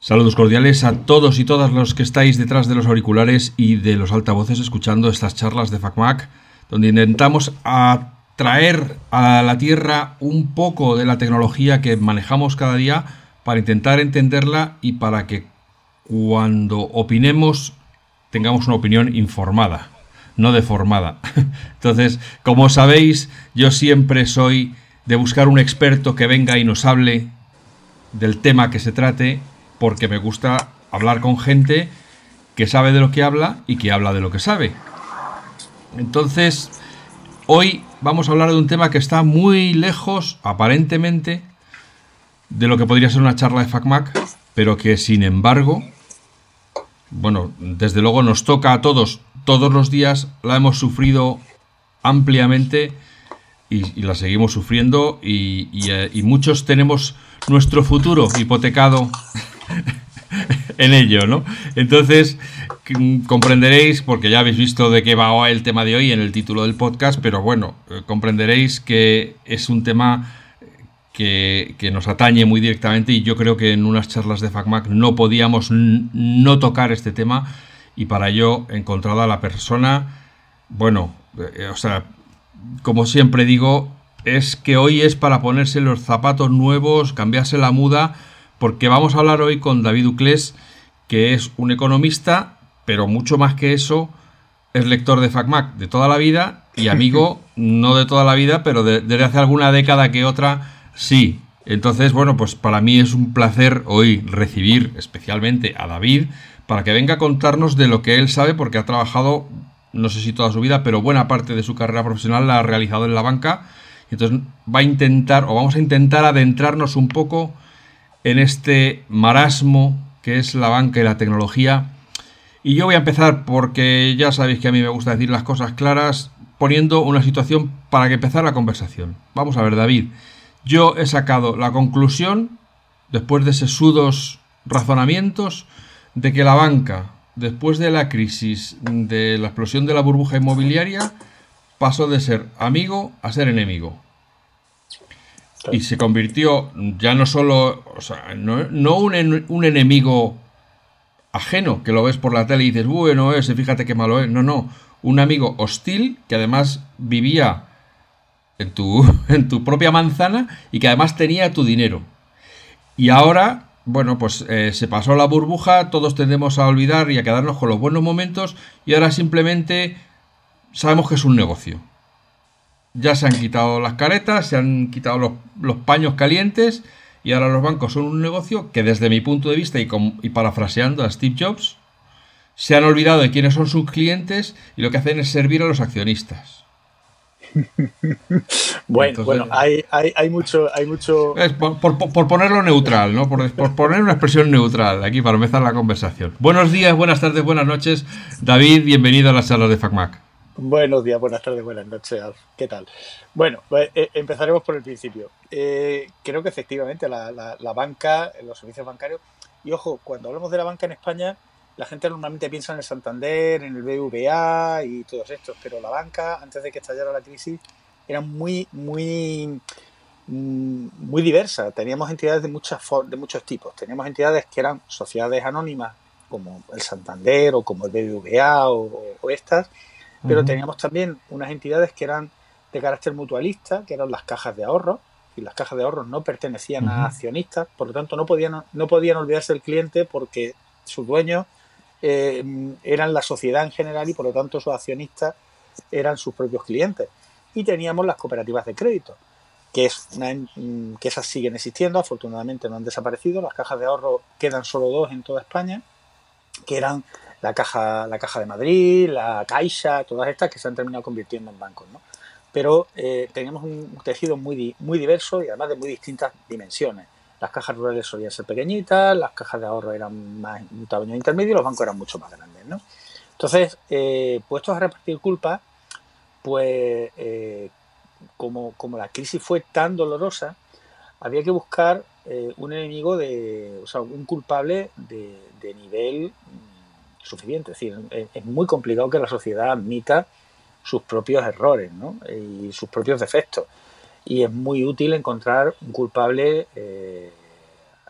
Saludos cordiales a todos y todas los que estáis detrás de los auriculares y de los altavoces escuchando estas charlas de FacMac, donde intentamos traer a la Tierra un poco de la tecnología que manejamos cada día para intentar entenderla y para que cuando opinemos tengamos una opinión informada, no deformada. Entonces, como sabéis, yo siempre soy de buscar un experto que venga y nos hable del tema que se trate, porque me gusta hablar con gente que sabe de lo que habla y que habla de lo que sabe. Entonces, hoy vamos a hablar de un tema que está muy lejos, aparentemente, de lo que podría ser una charla de FacMac, pero que, sin embargo, bueno, desde luego nos toca a todos los días, la hemos sufrido ampliamente y la seguimos sufriendo y muchos tenemos nuestro futuro hipotecado en ello, ¿no? Entonces, comprenderéis, porque ya habéis visto de qué va el tema de hoy en el título del podcast, pero bueno, comprenderéis que es un tema que nos atañe muy directamente y yo creo que en unas charlas de FacMac no podíamos no tocar este tema y para ello he encontrado a la persona, bueno, como siempre digo, es que hoy es para ponerse los zapatos nuevos, cambiarse la muda, porque vamos a hablar hoy con David Uclés, que es un economista, pero mucho más que eso, es lector de FacMac de toda la vida y amigo, no de toda la vida, pero desde hace alguna década que otra, sí. Entonces, bueno, pues para mí es un placer hoy recibir especialmente a David para que venga a contarnos de lo que él sabe, porque ha trabajado, no sé si toda su vida, pero buena parte de su carrera profesional la ha realizado en la banca. Entonces vamos a intentar adentrarnos un poco en este marasmo que es la banca y la tecnología. Y yo voy a empezar, porque ya sabéis que a mí me gusta decir las cosas claras, poniendo una situación para que empezar la conversación. Vamos a ver, David, yo he sacado la conclusión, después de sesudos razonamientos, de que la banca, después de la crisis de la explosión de la burbuja inmobiliaria, pasó de ser amigo a ser enemigo. Y se convirtió ya no solo, no un enemigo ajeno, que lo ves por la tele y dices, bueno, fíjate qué malo es. No, un amigo hostil que además vivía en tu propia manzana y que además tenía tu dinero. Y ahora, bueno, pues se pasó la burbuja, todos tendemos a olvidar y a quedarnos con los buenos momentos y ahora simplemente sabemos que es un negocio. Ya se han quitado las caretas, se han quitado los paños calientes y ahora los bancos son un negocio que desde mi punto de vista y parafraseando a Steve Jobs, se han olvidado de quiénes son sus clientes y lo que hacen es servir a los accionistas. Bueno, hay mucho... Por ponerlo neutral, ¿no? Por poner una expresión neutral aquí para empezar la conversación. Buenos días, buenas tardes, buenas noches. David, bienvenido a las charlas de FacMac. Buenos días, buenas tardes, buenas noches, Alf. ¿Qué tal? Bueno, pues, empezaremos por el principio. Creo que efectivamente la banca, los servicios bancarios, y ojo, cuando hablamos de la banca en España, la gente normalmente piensa en el Santander, en el BBVA y todos estos, pero la banca, antes de que estallara la crisis, era muy diversa. Teníamos entidades de muchos tipos. Teníamos entidades que eran sociedades anónimas, como el Santander o como el BBVA o estas, pero teníamos también unas entidades que eran de carácter mutualista, que eran las cajas de ahorros, y las cajas de ahorros no pertenecían a accionistas, por lo tanto no podían olvidarse del cliente porque sus dueños eran la sociedad en general y por lo tanto sus accionistas eran sus propios clientes. Y teníamos las cooperativas de crédito, que esas siguen existiendo, afortunadamente no han desaparecido. Las cajas de ahorro quedan solo dos en toda España, que eran la Caja de Madrid, la Caixa, todas estas que se han terminado convirtiendo en bancos, ¿no? Pero teníamos un tejido muy diverso y además de muy distintas dimensiones. Las cajas rurales solían ser pequeñitas, las cajas de ahorro eran más un tamaño intermedio y los bancos eran mucho más grandes, ¿no? Entonces, puestos a repartir culpas, pues como la crisis fue tan dolorosa, había que buscar un enemigo un culpable de nivel suficiente. Es decir, es muy complicado que la sociedad admita sus propios errores, ¿no? Y sus propios defectos. Y es muy útil encontrar un culpable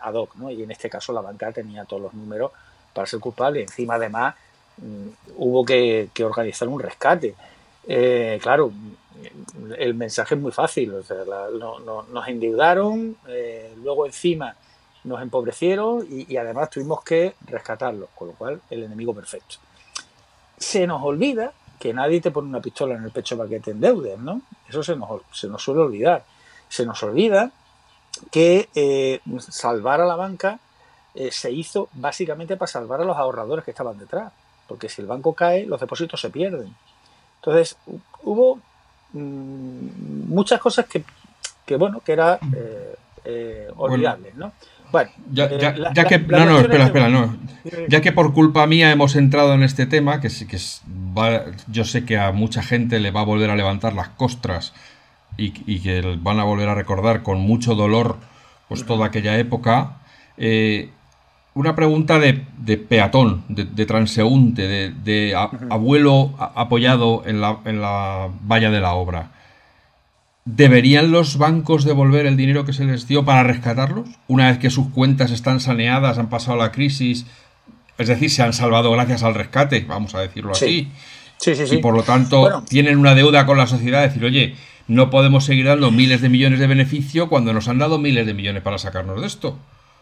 ad hoc, ¿no? Y en este caso la banca tenía todos los números para ser culpable. Encima, además, hubo que organizar un rescate. Claro, el mensaje es muy fácil. O sea, nos endeudaron, luego encima nos empobrecieron y además tuvimos que rescatarlos, con lo cual el enemigo perfecto. Se nos olvida que nadie te pone una pistola en el pecho para que te endeudes, ¿no? Eso se nos suele olvidar. Se nos olvida que salvar a la banca se hizo básicamente para salvar a los ahorradores que estaban detrás, porque si el banco cae, los depósitos se pierden. Entonces, hubo muchas cosas que eran olvidables, ¿no? Bueno, espera, no. Ya que por culpa mía hemos entrado en este tema, yo sé que a mucha gente le va a volver a levantar las costras y que van a volver a recordar con mucho dolor pues toda aquella época. Una pregunta de peatón, de transeúnte, de abuelo apoyado en la valla de la obra. ¿Deberían los bancos devolver el dinero que se les dio para rescatarlos? Una vez que sus cuentas están saneadas, han pasado la crisis, es decir, se han salvado gracias al rescate, vamos a decirlo así. Sí. Y por lo tanto tienen una deuda con la sociedad, decir, oye, no podemos seguir dando miles de millones de beneficio cuando nos han dado miles de millones para sacarnos de esto.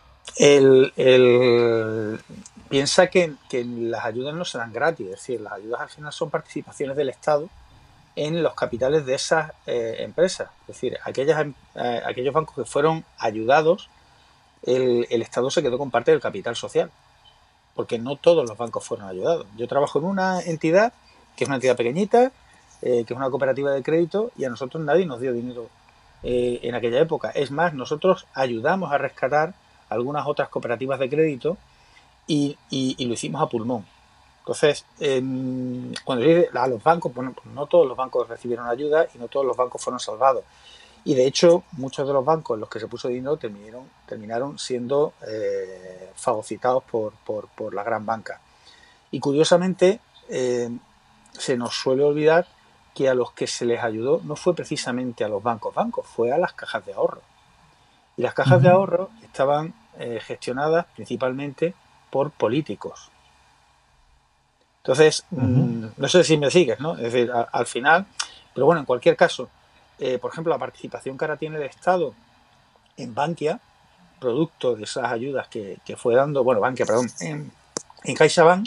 Piensa que las ayudas no se dan gratis, es decir, las ayudas al final son participaciones del Estado en los capitales de esas empresas. Es decir, aquellos bancos que fueron ayudados, el Estado se quedó con parte del capital social, porque no todos los bancos fueron ayudados. Yo trabajo en una entidad que es una entidad pequeñita, que es una cooperativa de crédito, y a nosotros nadie nos dio dinero en aquella época. Es más, nosotros ayudamos a rescatar algunas otras cooperativas de crédito y lo hicimos a pulmón. Entonces, cuando yo a los bancos, pues no todos los bancos recibieron ayuda y no todos los bancos fueron salvados. Y de hecho, muchos de los bancos en los que se puso dinero terminaron siendo fagocitados por la gran banca. Y curiosamente, se nos suele olvidar que a los que se les ayudó no fue precisamente a los bancos, fue a las cajas de ahorro. Y las cajas de ahorro estaban gestionadas principalmente por políticos. Entonces, no sé si me sigues, ¿no? Es decir, al final, pero bueno, en cualquier caso, por ejemplo, la participación que ahora tiene el Estado en Bankia, producto de esas ayudas que fue dando, en CaixaBank,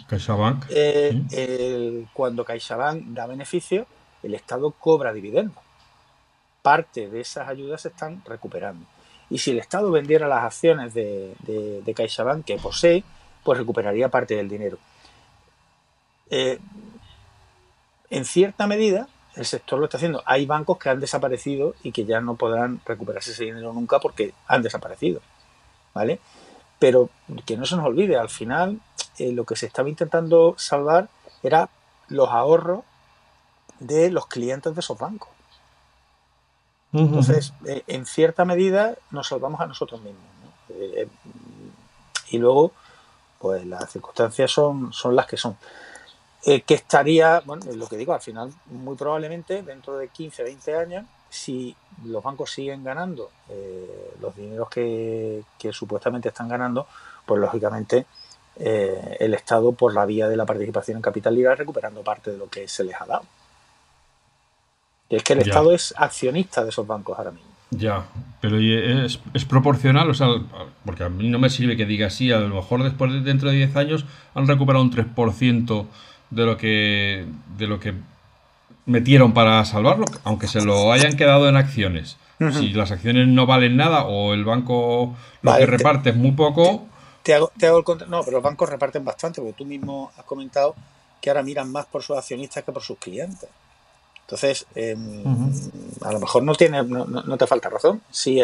cuando CaixaBank da beneficios, el Estado cobra dividendos. Parte de esas ayudas se están recuperando. Y si el Estado vendiera las acciones de CaixaBank que posee, pues recuperaría parte del dinero. En cierta medida, el sector lo está haciendo. Hay bancos que han desaparecido y que ya no podrán recuperarse ese dinero nunca porque han desaparecido, ¿vale? Pero que no se nos olvide, al final lo que se estaba intentando salvar era los ahorros de los clientes de esos bancos. Entonces, en cierta medida nos salvamos a nosotros mismos, ¿no? Y luego, pues las circunstancias son las que son. Que estaría, lo que digo, al final, muy probablemente dentro de 15, 20 años, si los bancos siguen ganando los dineros que supuestamente están ganando, pues lógicamente el Estado, por la vía de la participación en capital, irá recuperando parte de lo que se les ha dado. Es que el Estado es accionista de esos bancos ahora mismo. Ya, pero es proporcional, o sea, porque a mí no me sirve que diga así, a lo mejor dentro de 10 años han recuperado un 3% de lo que metieron para salvarlo, aunque se lo hayan quedado en acciones. Si las acciones no valen nada o el banco que reparte es muy poco... Te hago el no, pero los bancos reparten bastante, porque tú mismo has comentado que ahora miran más por sus accionistas que por sus clientes. Entonces, a lo mejor no te falta razón. Si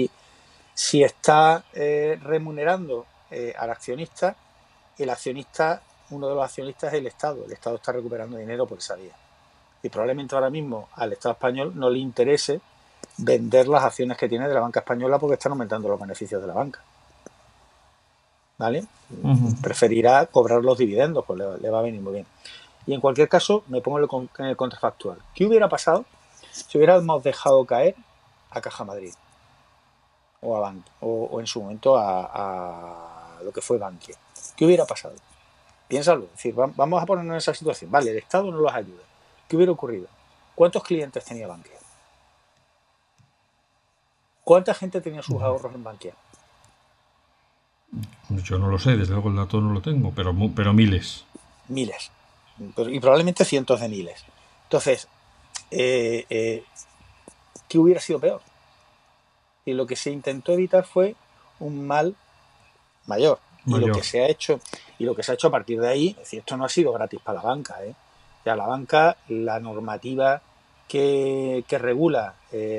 está remunerando al accionista, el accionista, uno de los accionistas es el Estado. El Estado está recuperando dinero por esa vía. Y probablemente ahora mismo al Estado español no le interese vender las acciones que tiene de la banca española porque están aumentando los beneficios de la banca. ¿Vale? Preferirá cobrar los dividendos, pues le va a venir muy bien. Y en cualquier caso, me pongo en el contrafactual. ¿Qué hubiera pasado si hubiéramos dejado caer a Caja Madrid? o en su momento a lo que fue Bankia. ¿Qué hubiera pasado? Piénsalo, es decir, vamos a ponernos en esa situación. Vale, el Estado no los ayuda. ¿Qué hubiera ocurrido? ¿Cuántos clientes tenía Bankia? ¿Cuánta gente tenía sus ahorros en Bankia? Yo no lo sé, desde luego el dato no lo tengo, pero miles. Miles. Y probablemente cientos de miles. Entonces, ¿qué hubiera sido peor? Y lo que se intentó evitar fue un mal mayor. Y lo que se ha hecho a partir de ahí, es decir, esto no ha sido gratis para la banca, ¿eh? Ya la banca, la normativa que regula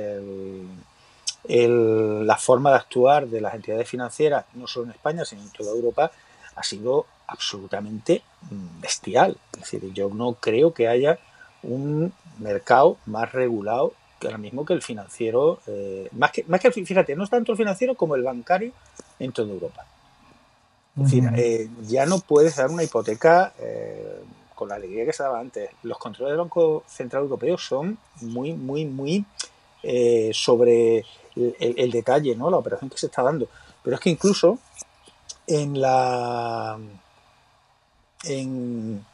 la forma de actuar de las entidades financieras, no solo en España, sino en toda Europa, ha sido absolutamente bestial. Es decir, yo no creo que haya un mercado más regulado que ahora mismo que el financiero, fíjate, no es tanto el financiero como el bancario en toda Europa. Es decir, ya no puedes dar una hipoteca con la alegría que se daba antes. Los controles del Banco Central Europeo son muy, muy, muy sobre el detalle, ¿no? La operación que se está dando. Pero es que incluso en la en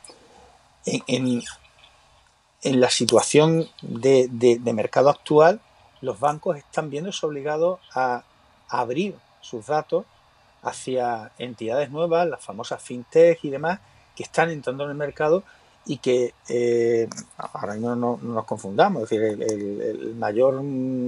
la situación de mercado actual, los bancos están viéndose obligados a abrir sus datos hacia entidades nuevas, las famosas fintech y demás, que están entrando en el mercado y que ahora mismo no nos confundamos, es decir, el mayor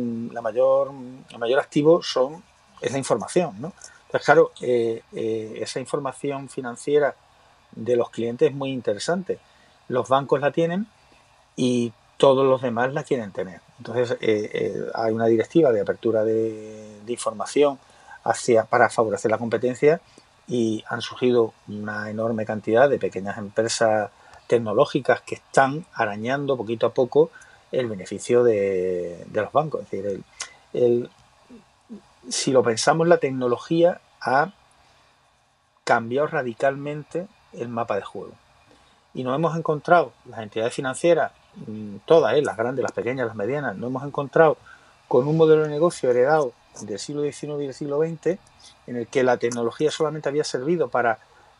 activo es la información, ¿no? Entonces, claro, esa información financiera de los clientes es muy interesante. Los bancos la tienen y todos los demás la quieren tener. Entonces, hay una directiva de apertura de información para favorecer la competencia y han surgido una enorme cantidad de pequeñas empresas tecnológicas que están arañando poquito a poco el beneficio de los bancos. Es decir, si lo pensamos, la tecnología ha cambiado radicalmente el mapa de juego. Y nos hemos encontrado, las entidades financieras, todas, las grandes, las pequeñas, las medianas, nos hemos encontrado con un modelo de negocio heredado del siglo XIX y del siglo XX, en el que la tecnología solamente había servido para,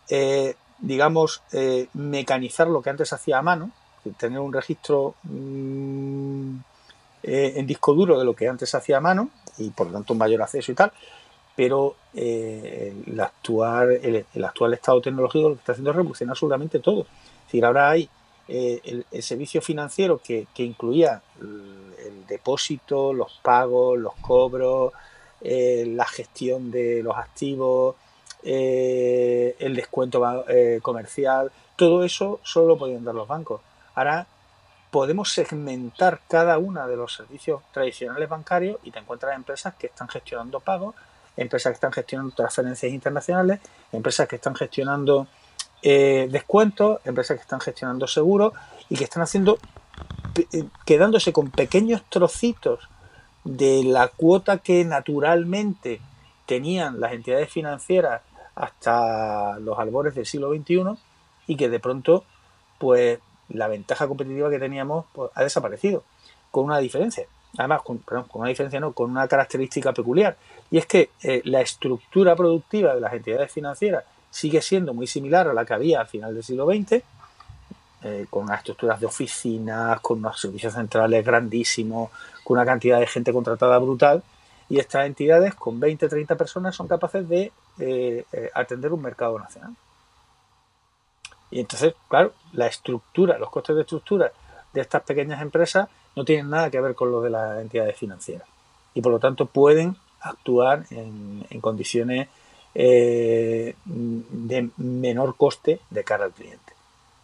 mecanizar lo que antes se hacía a mano, tener un registro en disco duro de lo que antes se hacía a mano, y por lo tanto un mayor acceso y tal, pero el actual estado tecnológico lo que está haciendo es revolucionar absolutamente todo. Es decir, ahora hay el servicio financiero que incluía el depósito, los pagos, los cobros, la gestión de los activos, el descuento comercial, todo eso solo lo podían dar los bancos. Ahora podemos segmentar cada uno de los servicios tradicionales bancarios y te encuentras empresas que están gestionando pagos, empresas que están gestionando transferencias internacionales, empresas que están gestionando descuentos, empresas que están gestionando seguros y que están quedándose con pequeños trocitos de la cuota que naturalmente tenían las entidades financieras hasta los albores del siglo XXI y que de pronto, pues, la ventaja competitiva que teníamos pues, ha desaparecido, con una diferencia. Además, con una característica peculiar, y es que la estructura productiva de las entidades financieras sigue siendo muy similar a la que había al final del siglo XX, con unas estructuras de oficinas, con unos servicios centrales grandísimos, con una cantidad de gente contratada brutal, y estas entidades con 20 o 30 personas son capaces de atender un mercado nacional. Y entonces, claro, los costes de estructura de estas pequeñas empresas no tienen nada que ver con los de las entidades financieras. Y por lo tanto pueden actuar en condiciones de menor coste de cara al cliente.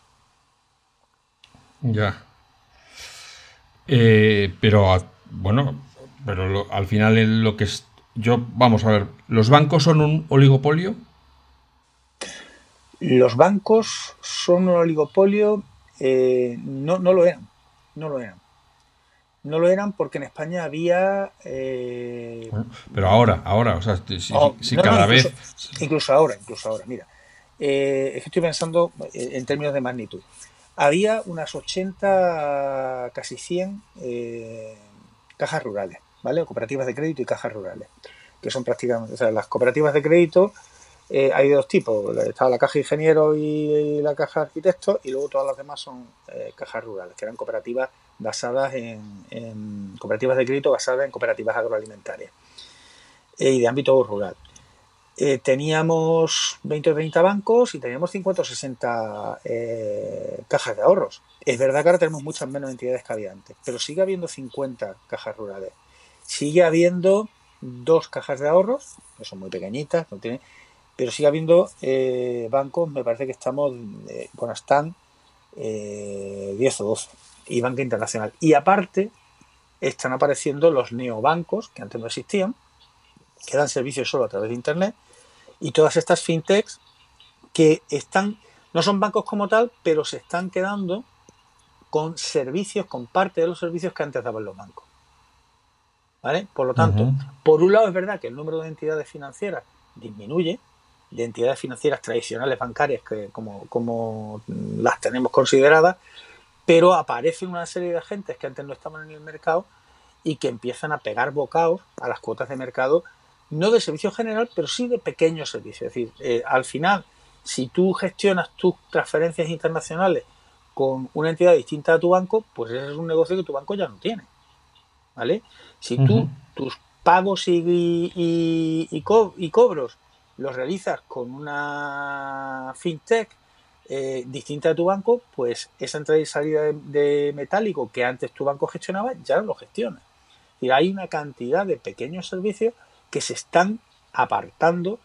Ya. Pero al final lo que es... vamos a ver, ¿los bancos son un oligopolio? Los bancos son un oligopolio, no lo eran, no lo eran. No lo eran porque en España había... pero ahora, o sea, vez... Incluso ahora, mira. Es que estoy pensando en términos de magnitud. Había unas 80, casi 100 cajas rurales, ¿vale? O cooperativas de crédito y cajas rurales, que son prácticamente, o sea, las cooperativas de crédito hay de dos tipos, está la caja de ingenieros y la caja de arquitectos, y luego todas las demás son cajas rurales, que eran cooperativas basadas en cooperativas de crédito basadas en cooperativas agroalimentarias y de ámbito rural. Teníamos 20 o 30 bancos y teníamos 50 o 60 cajas de ahorros. Es verdad que ahora tenemos muchas menos entidades que había antes, pero sigue habiendo 50 cajas rurales. Sigue habiendo 2 cajas de ahorros, que son muy pequeñitas, no tienen, pero sigue habiendo bancos, me parece que estamos, están 10 o 12, y banca internacional. Y aparte, están apareciendo los neobancos, que antes no existían, que dan servicios solo a través de Internet, y todas estas fintechs que no son bancos como tal, pero se están quedando con servicios, con parte de los servicios que antes daban los bancos. ¿Vale? Por lo tanto, por un lado es verdad que el número de entidades financieras disminuye, de entidades financieras tradicionales bancarias que como las tenemos consideradas, pero aparecen una serie de agentes que antes no estaban en el mercado y que empiezan a pegar bocados a las cuotas de mercado, no de servicio general, pero sí de pequeños servicios. Es decir, al final, si tú gestionas tus transferencias internacionales con una entidad distinta a tu banco, pues ese es un negocio que tu banco ya no tiene. ¿Vale? Si tú tus pagos y cobros los realizas con una fintech distinta a tu banco, pues esa entrada y salida de metálico que antes tu banco gestionaba, ya no lo gestiona. Y hay una cantidad de pequeños servicios que se están apartando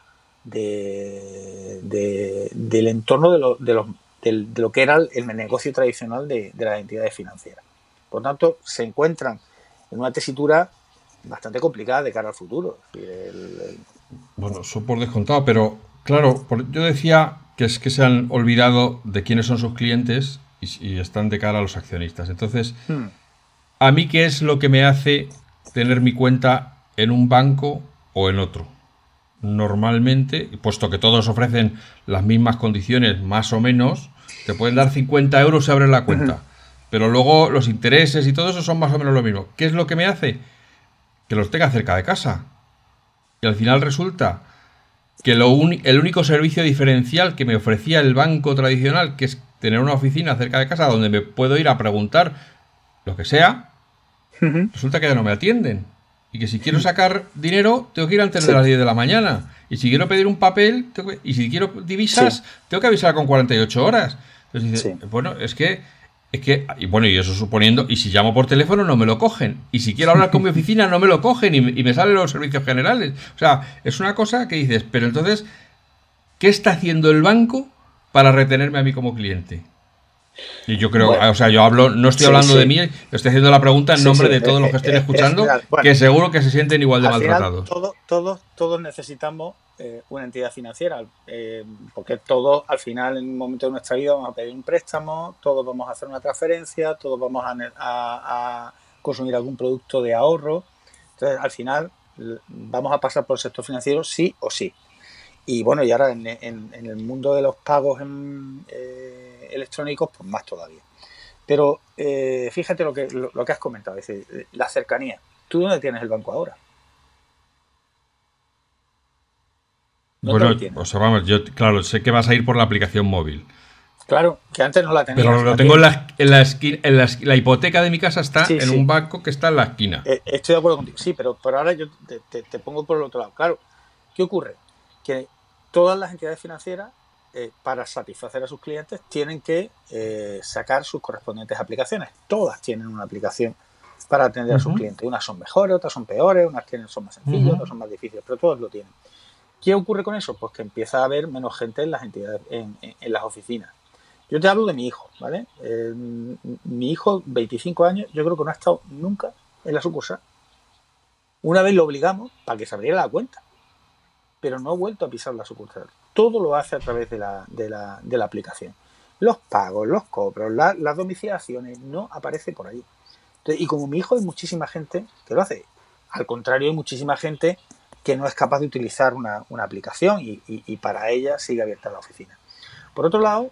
del entorno de lo que era el negocio tradicional de las entidades financieras. Por tanto, se encuentran en una tesitura bastante complicada de cara al futuro. Es decir, Bueno, eso por descontado, pero claro, yo decía que es que se han olvidado de quiénes son sus clientes y están de cara a los accionistas. Entonces, ¿a mí qué es lo que me hace tener mi cuenta en un banco o en otro? Normalmente, puesto que todos ofrecen las mismas condiciones, más o menos, te pueden dar 50 euros y abres la cuenta. Pero luego los intereses y todo eso son más o menos lo mismo. ¿Qué es lo que me hace? Que los tenga cerca de casa. Y al final resulta que el único servicio diferencial que me ofrecía el banco tradicional, que es tener una oficina cerca de casa donde me puedo ir a preguntar lo que sea, resulta que ya no me atienden. Y que si quiero sacar dinero, tengo que ir antes de las 10 de la mañana. Y si quiero pedir un papel, y si quiero divisas, tengo que avisar con 48 horas. Entonces dice, bueno, es que, y bueno, y eso suponiendo, y si llamo por teléfono no me lo cogen. Y si quiero hablar con mi oficina no me lo cogen y me salen los servicios generales. O sea, es una cosa que dices, pero entonces, ¿qué está haciendo el banco para retenerme a mí como cliente? Y yo creo, o sea, yo hablo, no estoy hablando de mí, estoy haciendo la pregunta en nombre de todos los que estén escuchando, que seguro que se sienten igual de maltratados. Todos necesitamos una entidad financiera, porque todos al final en un momento de nuestra vida vamos a pedir un préstamo, todos vamos a hacer una transferencia, todos vamos a consumir algún producto de ahorro. Entonces al final vamos a pasar por el sector financiero sí o sí. Y bueno, y ahora en el mundo de los pagos electrónicos, pues más todavía. Pero fíjate lo que has comentado, es decir, la cercanía. ¿Tú dónde tienes el banco ahora? Bueno, o sea, vamos, yo claro, sé que vas a ir por la aplicación móvil. Claro, que antes no la tenías. Pero lo tengo en la esquina, la hipoteca de mi casa está en un banco que está en la esquina. Estoy de acuerdo contigo, sí, pero ahora yo te pongo por el otro lado. Claro, ¿qué ocurre? Que todas las entidades financieras, para satisfacer a sus clientes, tienen que sacar sus correspondientes aplicaciones. Todas tienen una aplicación para atender a sus clientes. Unas son mejores, otras son peores, unas son más sencillas, otras son más difíciles, pero todos lo tienen. ¿Qué ocurre con eso? Pues que empieza a haber menos gente en las entidades, en las oficinas. Yo te hablo de mi hijo, ¿vale? Mi hijo, 25 años, yo creo que no ha estado nunca en la sucursal. Una vez lo obligamos para que se abriera la cuenta, pero no ha vuelto a pisar la sucursal. Todo lo hace a través de la aplicación. Los pagos, los cobros, las domiciliaciones, no aparece por ahí. Entonces, y como mi hijo, hay muchísima gente que lo hace. Al contrario, hay muchísima gente que no es capaz de utilizar una aplicación y para ella sigue abierta la oficina. Por otro lado,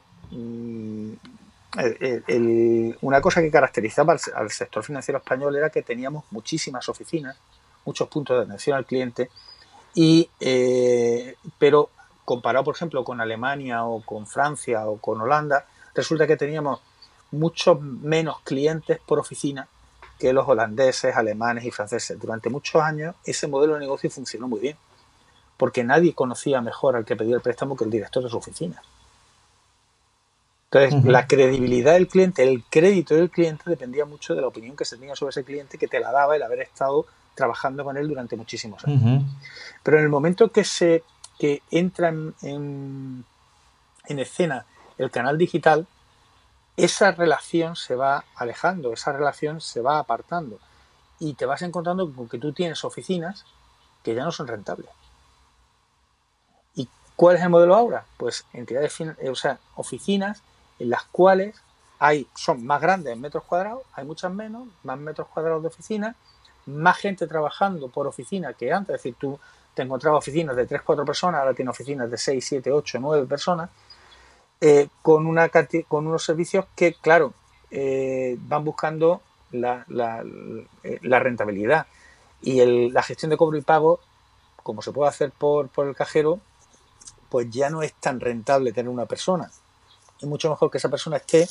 una cosa que caracterizaba al sector financiero español era que teníamos muchísimas oficinas, muchos puntos de atención al cliente, Pero comparado, por ejemplo, con Alemania o con Francia o con Holanda, resulta que teníamos muchos menos clientes por oficina que los holandeses, alemanes y franceses. Durante muchos años ese modelo de negocio funcionó muy bien, porque nadie conocía mejor al que pedía el préstamo que el director de su oficina. Entonces, la credibilidad del cliente, el crédito del cliente dependía mucho de la opinión que se tenía sobre ese cliente, que te la daba el haber estado trabajando con él durante muchísimos años. Pero en el momento que entra en escena el canal digital, esa relación se va alejando, esa relación se va apartando y te vas encontrando con que tú tienes oficinas que ya no son rentables. ¿Y cuál es el modelo ahora? Pues entidades, oficinas en las cuales son más grandes en metros cuadrados, hay muchas menos, más metros cuadrados de oficina, más gente trabajando por oficina que antes. Es decir, tú te encontrabas oficinas de 3-4 personas, ahora tienes oficinas de 6, 7, 8, 9 personas, con unos servicios que, claro, van buscando la rentabilidad. Y la gestión de cobro y pago, como se puede hacer por el cajero, pues ya no es tan rentable tener una persona. Es mucho mejor que esa persona esté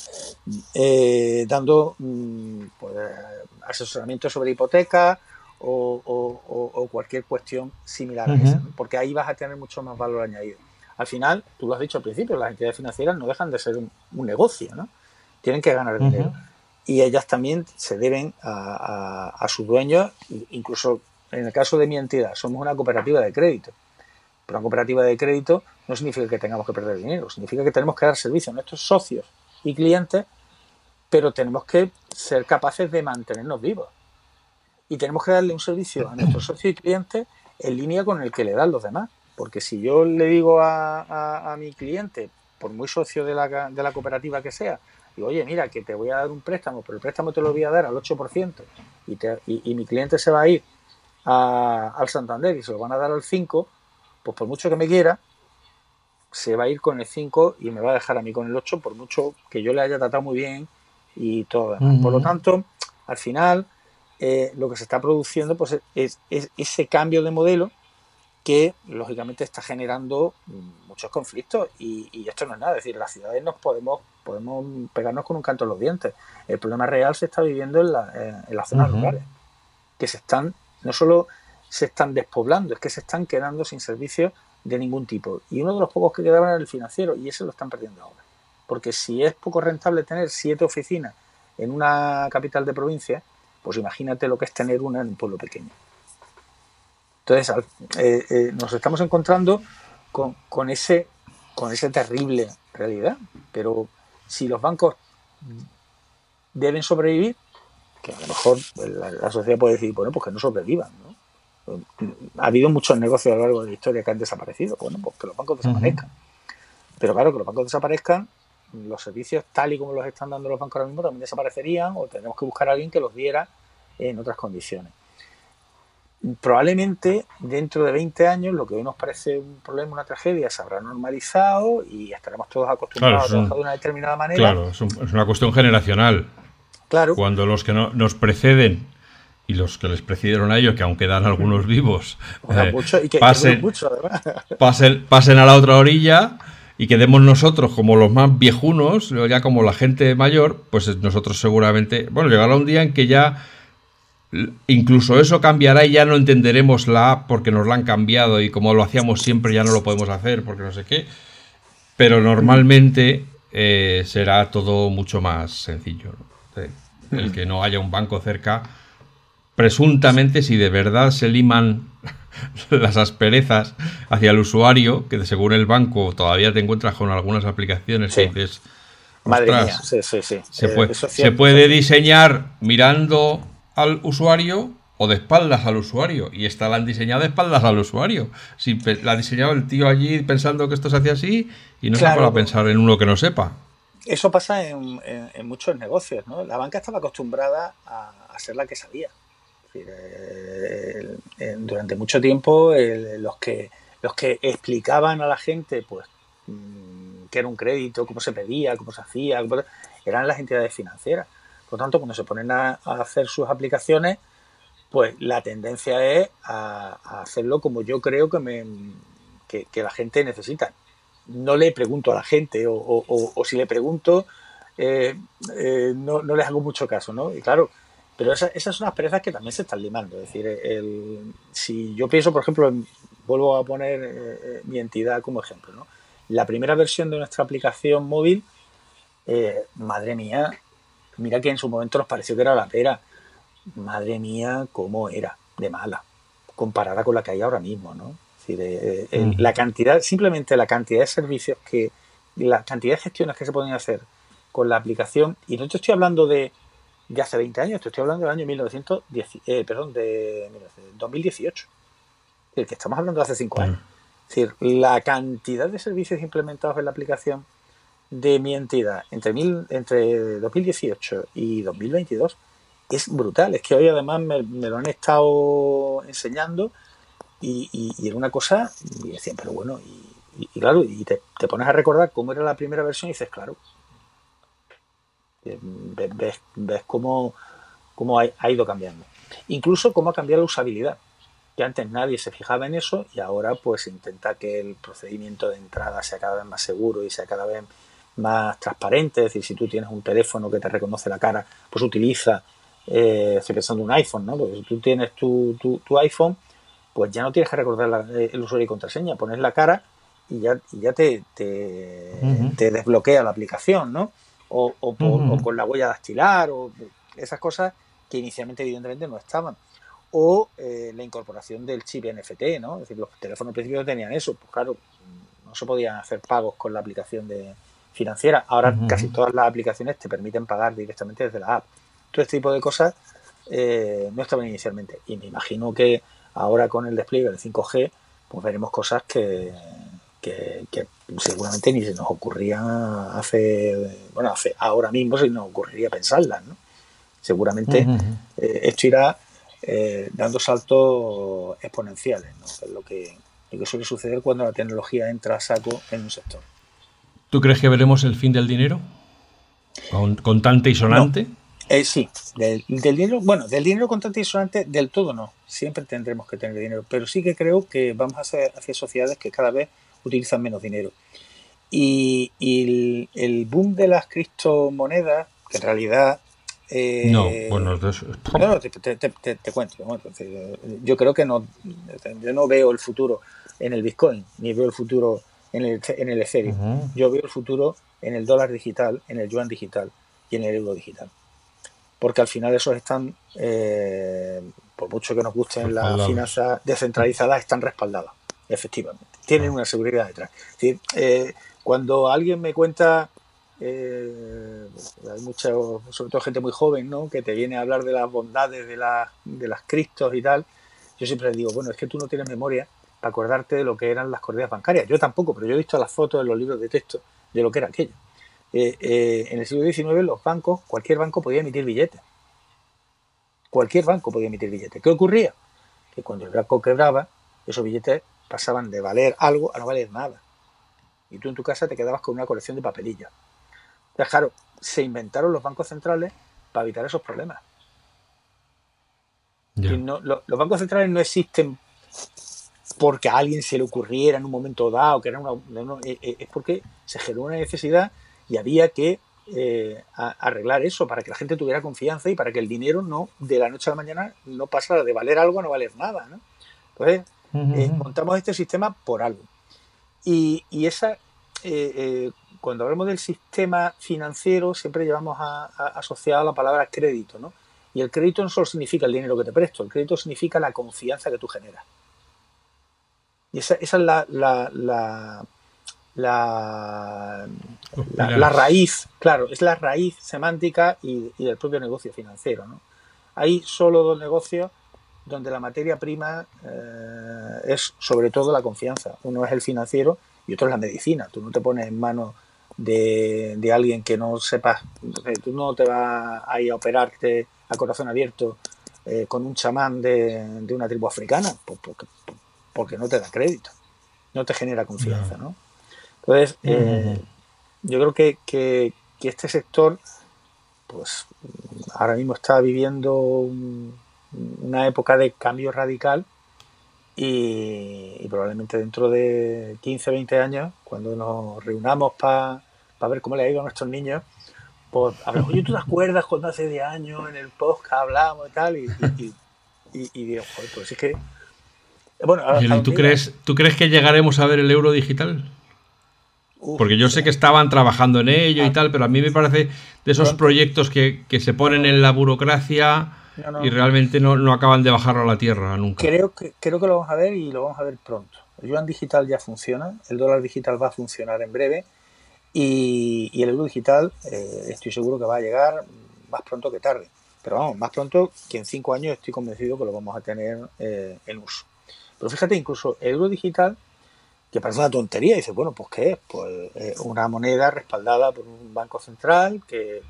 dando pues, asesoramiento sobre hipoteca o cualquier cuestión similar a esa, ¿no? Porque ahí vas a tener mucho más valor añadido. Al final, tú lo has dicho al principio, las entidades financieras no dejan de ser un negocio, ¿no? Tienen que ganar dinero. Y ellas también se deben a sus dueños. Incluso en el caso de mi entidad, somos una cooperativa de crédito. Pero una cooperativa de crédito no significa que tengamos que perder dinero, significa que tenemos que dar servicio a nuestros socios y clientes, pero tenemos que ser capaces de mantenernos vivos. Y tenemos que darle un servicio a nuestros socios y clientes en línea con el que le dan los demás. Porque si yo le digo a mi cliente, por muy socio de la cooperativa que sea, digo, oye, mira, que te voy a dar un préstamo, pero el préstamo te lo voy a dar al 8% y mi cliente se va a ir al Santander y se lo van a dar al 5%, pues por mucho que me quiera, se va a ir con el 5 y me va a dejar a mí con el 8, por mucho que yo le haya tratado muy bien y todo demás. Por lo tanto, al final, lo que se está produciendo pues es ese cambio de modelo que lógicamente está generando muchos conflictos y esto no es nada. Es decir, en las ciudades nos podemos pegarnos con un canto en los dientes. El problema real se está viviendo en las zonas rurales, que no solo se están despoblando, es que se están quedando sin servicios de ningún tipo. Y uno de los pocos que quedaban era el financiero, y ese lo están perdiendo ahora. Porque si es poco rentable tener 7 oficinas en una capital de provincia, pues imagínate lo que es tener una en un pueblo pequeño. Entonces, nos estamos encontrando con ese terrible realidad. Pero si los bancos deben sobrevivir, que a lo mejor la sociedad puede decir, bueno, pues que no sobrevivan, ¿no? Ha habido muchos negocios a lo largo de la historia que han desaparecido. Bueno, pues que los bancos desaparezcan. Pero claro, que los bancos desaparezcan, los servicios tal y como los están dando los bancos ahora mismo también desaparecerían, o tenemos que buscar a alguien que los diera en otras condiciones. Probablemente dentro de 20 años lo que hoy nos parece un problema, una tragedia, se habrá normalizado y estaremos todos acostumbrados a trabajar de una determinada manera. Claro, es una cuestión generacional. Claro. Cuando los que nos preceden y los que les precedieron a ellos, que aún quedan algunos vivos, pasen a la otra orilla y quedemos nosotros como los más viejunos, ya como la gente mayor, pues nosotros seguramente, bueno, llegará un día en que ya incluso eso cambiará y ya no entenderemos la app porque nos la han cambiado y como lo hacíamos siempre ya no lo podemos hacer porque no sé qué, pero normalmente será todo mucho más sencillo, ¿no? El que no haya un banco cerca, presuntamente, si de verdad se liman las asperezas hacia el usuario, que según el banco todavía te encuentras con algunas aplicaciones que dices, madre mía, sí. Se puede diseñar mirando al usuario o de espaldas al usuario, y esta la han diseñado de espaldas al usuario. Si la ha diseñado el tío allí pensando que esto se hace así y no se para pensar en uno que no sepa. Eso pasa en muchos negocios, ¿no? La banca estaba acostumbrada a ser la que sabía. Es decir, durante mucho tiempo los que explicaban a la gente pues qué era un crédito, cómo se pedía, cómo se hacía, eran las entidades financieras. Por lo tanto, cuando se ponen a hacer sus aplicaciones, pues la tendencia es a hacerlo como yo creo que la gente necesita. No le pregunto a la gente, o si le pregunto, no les hago mucho caso, ¿no? Y claro, pero esas son las perezas que también se están limando. Es decir, si yo pienso, por ejemplo, vuelvo a poner mi entidad como ejemplo, ¿no? La primera versión de nuestra aplicación móvil, madre mía, mira que en su momento nos pareció que era la pera. Madre mía, cómo era de mala, comparada con la que hay ahora mismo, ¿no? Es decir, la cantidad, simplemente la cantidad de servicios la cantidad de gestiones que se pueden hacer con la aplicación, y no te estoy hablando de hace 20 años, te estoy hablando del año 2018. Es decir, que estamos hablando de hace 5 años. Es decir, la cantidad de servicios implementados en la aplicación de mi entidad entre 2018 y 2022 es brutal. Es que hoy además me lo han estado enseñando y era una cosa, y decían, pero bueno, y claro, y te pones a recordar cómo era la primera versión y dices, claro, ves cómo ha ido cambiando. Incluso cómo ha cambiado la usabilidad. Que antes nadie se fijaba en eso y ahora pues intenta que el procedimiento de entrada sea cada vez más seguro y sea cada vez más transparente. Es decir, si tú tienes un teléfono que te reconoce la cara, pues utiliza, estoy pensando en un iPhone, ¿no? Porque si tú tienes tu iPhone, pues ya no tienes que recordar el usuario y contraseña, pones la cara y ya te desbloquea la aplicación, ¿no? O con la huella dactilar, o esas cosas que inicialmente evidentemente no estaban. O la incorporación del chip NFT, ¿no? Es decir, los teléfonos al principio no tenían eso, pues claro, no se podían hacer pagos con la aplicación financiera. Ahora casi todas las aplicaciones te permiten pagar directamente desde la app. Todo este tipo de cosas no estaban inicialmente. Y me imagino que ahora con el despliegue del 5G, pues veremos cosas que seguramente ni se nos ocurrían ahora mismo se nos ocurriría pensarlas, ¿no? Seguramente esto irá dando saltos exponenciales, ¿no? Es lo que suele suceder cuando la tecnología entra a saco en un sector. ¿Tú crees que veremos el fin del dinero? ¿Contante y sonante? No. Sí, del dinero, bueno, del dinero contante y sonante del todo no. Siempre tendremos que tener dinero, pero sí que creo que vamos hacia sociedades que cada vez utilizan menos dinero. Y el boom de las criptomonedas, que en realidad te cuento. Yo creo que yo no veo el futuro en el Bitcoin, ni veo el futuro en el Ethereum. Yo veo el futuro en el dólar digital, en el yuan digital y en el euro digital. Porque al final esos están, por mucho que nos gusten las finanzas descentralizadas, están respaldadas, efectivamente. Tienen una seguridad detrás. Es decir, cuando alguien me cuenta, hay mucha, sobre todo gente muy joven, ¿no?, que te viene a hablar de las bondades de las criptos y tal, yo siempre les digo, bueno, es que tú no tienes memoria para acordarte de lo que eran las corridas bancarias. Yo tampoco, pero yo he visto las fotos en los libros de texto de lo que era aquello. En el siglo XIX los bancos, cualquier banco podía emitir billetes. Cualquier banco podía emitir billetes. ¿Qué ocurría? Que cuando el banco quebraba, esos billetes pasaban de valer algo a no valer nada. Y tú en tu casa te quedabas con una colección de papelillas. Entonces, claro, se inventaron los bancos centrales para evitar esos problemas. Yeah. Los bancos centrales no existen porque a alguien se le ocurriera en un momento dado, que era es porque se generó una necesidad y había que arreglar eso para que la gente tuviera confianza y para que el dinero no, de la noche a la mañana, no pasara de valer algo a no valer nada, ¿no? Entonces, montamos este sistema por algo. Y esa, cuando hablamos del sistema financiero, siempre llevamos asociado la palabra crédito, ¿no? Y el crédito no solo significa el dinero que te presto, el crédito significa la confianza que tú generas. Y esa es la raíz, claro, es la raíz semántica y del propio negocio financiero, ¿no? Hay solo dos negocios donde la materia prima es sobre todo la confianza. Uno es el financiero y otro es la medicina. Tú no te pones en manos de alguien que no sepas, tú no te vas a ir a operarte a corazón abierto con un chamán de una tribu africana, porque no te da crédito, no te genera confianza, ¿no? Entonces, yo creo que este sector, pues ahora mismo está viviendo un una época de cambio radical y probablemente dentro de 15, 20 años, cuando nos reunamos para ver cómo le ha ido a nuestros niños, pues hablamos, oye, ¿tú te acuerdas cuando hace 10 años en el podcast hablamos y tal? Y digo, joder, pues es que... Bueno, ¿Y tú crees que llegaremos a ver el euro digital? Porque yo sé que estaban trabajando en ello y tal, pero a mí me parece de esos proyectos que se ponen en la burocracia y realmente no acaban de bajarlo a la tierra nunca. Creo que lo vamos a ver y lo vamos a ver pronto. El yuan digital ya funciona, el dólar digital va a funcionar en breve y el euro digital estoy seguro que va a llegar más pronto que tarde. Pero vamos, más pronto que en 5 años estoy convencido que lo vamos a tener en uso. Pero fíjate, incluso el euro digital, que parece una tontería, dices, bueno, pues ¿qué es? Pues una moneda respaldada por un banco central que,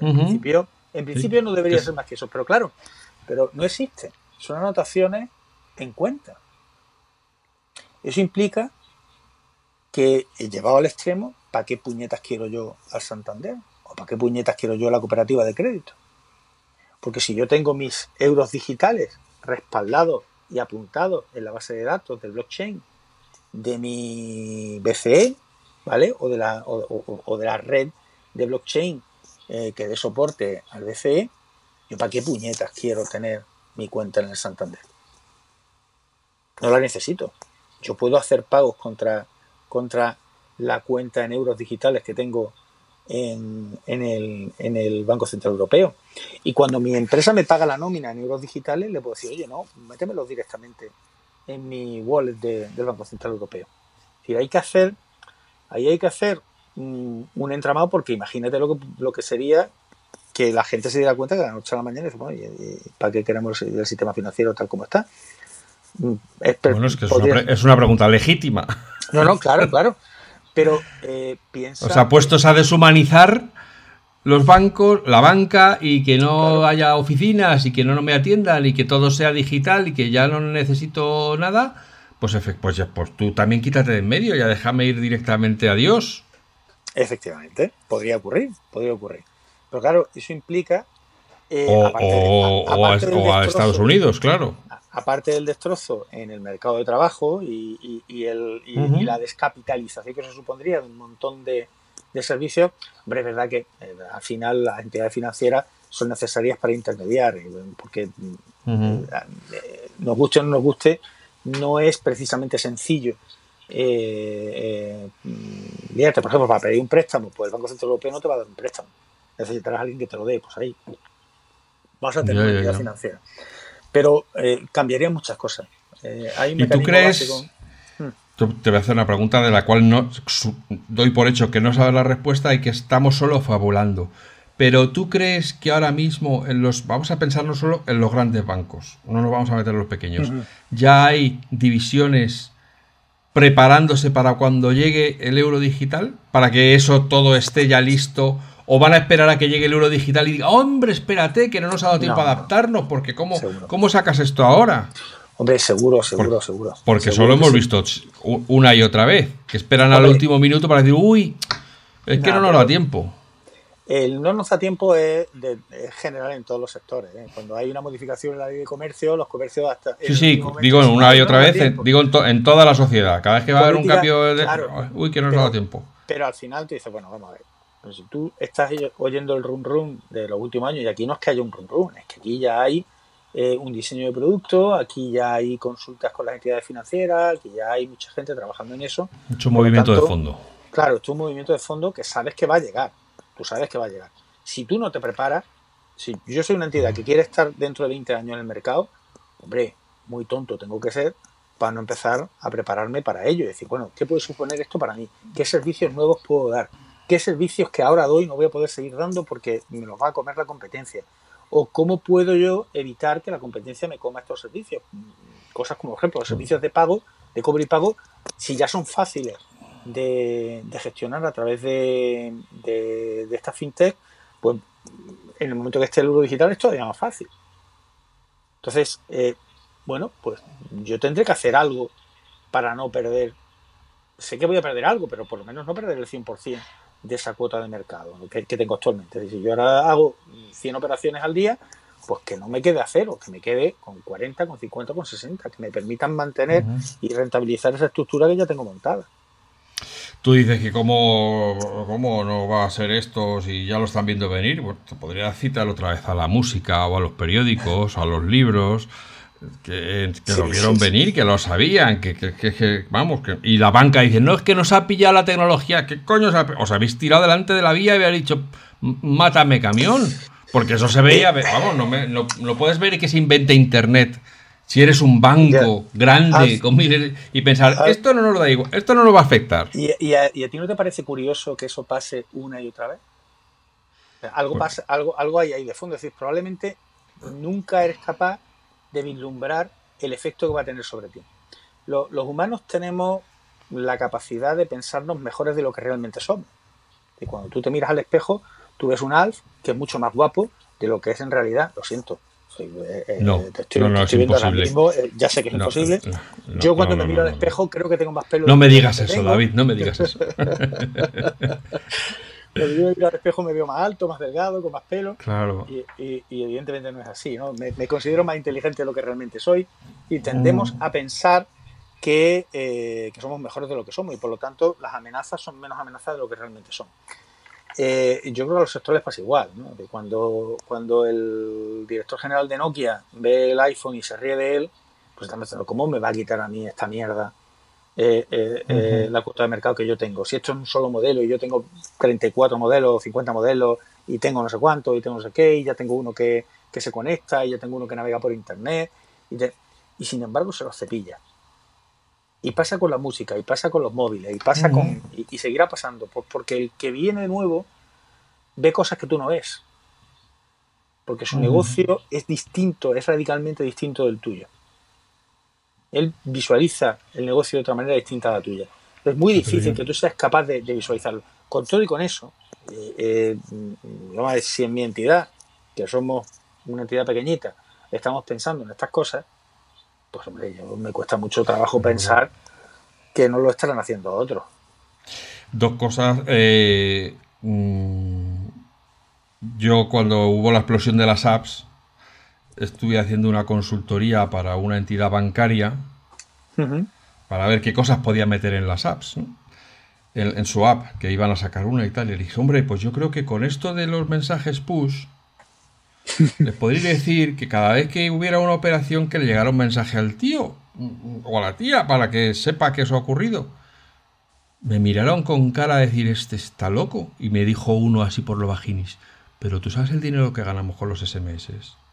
en principio no debería ser más que eso, pero claro, pero no existe. Son anotaciones en cuenta. Eso implica que, llevado al extremo, ¿para qué puñetas quiero yo al Santander? ¿O para qué puñetas quiero yo a la cooperativa de crédito? Porque si yo tengo mis euros digitales respaldados y apuntados en la base de datos del blockchain de mi BCE, ¿vale? O de la red de blockchain que dé soporte al BCE, ¿yo para qué puñetas quiero tener mi cuenta en el Santander? No la necesito. Yo puedo hacer pagos contra la cuenta en euros digitales que tengo en el Banco Central Europeo. Y cuando mi empresa me paga la nómina en euros digitales, le puedo decir, oye, no, métemelos directamente en mi wallet del Banco Central Europeo. Es decir, hay que hacer un entramado, porque imagínate lo que sería que la gente se diera cuenta que de la noche a la mañana dice, bueno, ¿para qué queremos el sistema financiero tal como está? Bueno, es que es una pregunta legítima. No, claro. Pero piensa... O sea, puestos a deshumanizar los bancos, la banca, y que no haya oficinas y que no me atiendan y que todo sea digital y que ya no necesito nada, pues tú también quítate de en medio, ya déjame ir directamente a Dios. Efectivamente, podría ocurrir. Pero claro, eso implica... o a Estados Unidos, claro. Aparte del destrozo en el mercado de trabajo y la descapitalización que se supondría de un montón de servicios, hombre, es verdad que al final las entidades financieras son necesarias para intermediar, porque nos guste o no nos guste, no es precisamente sencillo. Fíjate, por ejemplo, para pedir un préstamo, pues el Banco Central Europeo no te va a dar un préstamo, necesitarás a alguien que te lo dé, pues ahí vas a tener una entidad financiera. Pero cambiaría muchas cosas. Hay un ¿Y tú crees? básico. Te voy a hacer una pregunta de la cual no doy por hecho que no sabes la respuesta y que estamos solo fabulando. Pero ¿tú crees que ahora mismo vamos a pensar no solo en los grandes bancos, no nos vamos a meter en los pequeños, ya hay divisiones preparándose para cuando llegue el euro digital, para que eso todo esté ya listo? ¿O van a esperar a que llegue el euro digital y diga, hombre, espérate, que no nos ha dado tiempo a adaptarnos? Porque ¿cómo sacas esto ahora? Hombre, seguro. Porque solo hemos visto una y otra vez, que esperan al último minuto para decir, uy, es que no nos da tiempo. El no nos da tiempo es general en todos los sectores. Cuando hay una modificación en la ley de comercio, los comercios hasta... Sí, digo una y otra vez, digo en toda la sociedad. Cada vez que va a haber un cambio uy, que no nos da tiempo. Pero al final tú dices, bueno, vamos a ver. Pero si tú estás oyendo el run de los últimos años, y aquí no es que haya un run, es que aquí ya hay un diseño de producto, aquí ya hay consultas con las entidades financieras, aquí ya hay mucha gente trabajando en eso. Mucho movimiento de fondo. Claro, esto es un movimiento de fondo que sabes que va a llegar. Tú sabes que va a llegar. Si tú no te preparas, si yo soy una entidad que quiere estar dentro de 20 años en el mercado, hombre, muy tonto tengo que ser para no empezar a prepararme para ello y decir, bueno, ¿qué puede suponer esto para mí? ¿Qué servicios nuevos puedo dar? ¿Qué servicios que ahora doy no voy a poder seguir dando porque me los va a comer la competencia? ¿O cómo puedo yo evitar que la competencia me coma estos servicios? Cosas como, por ejemplo, los servicios de pago, de cobro y pago, si ya son fáciles de gestionar a través de esta fintech, pues en el momento que esté el euro digital es todavía más fácil. Entonces, bueno, pues yo tendré que hacer algo para no perder. Sé que voy a perder algo, pero por lo menos no perder el 100% de esa cuota de mercado que tengo actualmente. Es decir, si yo ahora hago 100 operaciones al día, pues que no me quede a cero, que me quede con 40, con 50, con 60, que me permitan mantener y rentabilizar esa estructura que ya tengo montada. Tú dices que cómo no va a ser esto si ya lo están viendo venir. Bueno, te podría citar otra vez a la música o a los periódicos o a los libros que lo vieron venir, que lo sabían, vamos, y la banca dice, no, es que nos ha pillado la tecnología. ¿Qué coño os habéis tirado delante de la vía y habéis dicho, mátame camión? Porque eso se veía, vamos, no puedes ver que se invente internet. Si eres un banco grande con miles y pensar, esto no nos lo da igual, esto no nos va a afectar. ¿Y a ti no te parece curioso que eso pase una y otra vez? O sea, algo pasa, algo hay ahí de fondo. Es decir, probablemente nunca eres capaz de vislumbrar el efecto que va a tener sobre ti. Los humanos tenemos la capacidad de pensarnos mejores de lo que realmente somos. Y cuando tú te miras al espejo, tú ves un Alf que es mucho más guapo de lo que es en realidad. Lo siento. Te estoy viendo ahora mismo, ya sé que es imposible. Yo cuando me miro al espejo creo que tengo más pelo. No me digas eso, David, no me digas eso. Cuando yo me miro al espejo me veo más alto, más delgado, con más pelo. Claro. Y evidentemente no es así, ¿no? Me considero más inteligente de lo que realmente soy y tendemos a pensar que somos mejores de lo que somos y por lo tanto las amenazas son menos amenazas de lo que realmente son. Yo creo que a los sectores pasa igual, ¿no? De cuando el director general de Nokia ve el iPhone y se ríe de él, pues está pensando, ¿cómo me va a quitar a mí esta mierda la cuota de mercado que yo tengo? Si esto es un solo modelo y yo tengo 34 modelos, 50 modelos y tengo no sé cuánto y tengo no sé qué y ya tengo uno que se conecta y ya tengo uno que navega por internet y sin embargo se los cepilla. Y pasa con la música, y pasa con los móviles, y pasa y seguirá pasando, porque el que viene nuevo ve cosas que tú no ves. Porque su negocio es distinto, es radicalmente distinto del tuyo. Él visualiza el negocio de otra manera distinta a la tuya. Es muy difícil que tú seas capaz de visualizarlo. Con todo y con eso, si en mi entidad, que somos una entidad pequeñita, estamos pensando en estas cosas, pues hombre, me cuesta mucho trabajo pensar que no lo estarán haciendo otros. Dos cosas. Yo cuando hubo la explosión de las apps, estuve haciendo una consultoría para una entidad bancaria para ver qué cosas podía meter en las apps, ¿no? En su app, que iban a sacar una y tal. Y le dije, hombre, pues yo creo que con esto de los mensajes push les podría decir que cada vez que hubiera una operación que le llegara un mensaje al tío o a la tía para que sepa que eso ha ocurrido. Me miraron con cara a decir, este está loco. Y me dijo uno así por lo bajinis, pero tú sabes el dinero que ganamos con los SMS.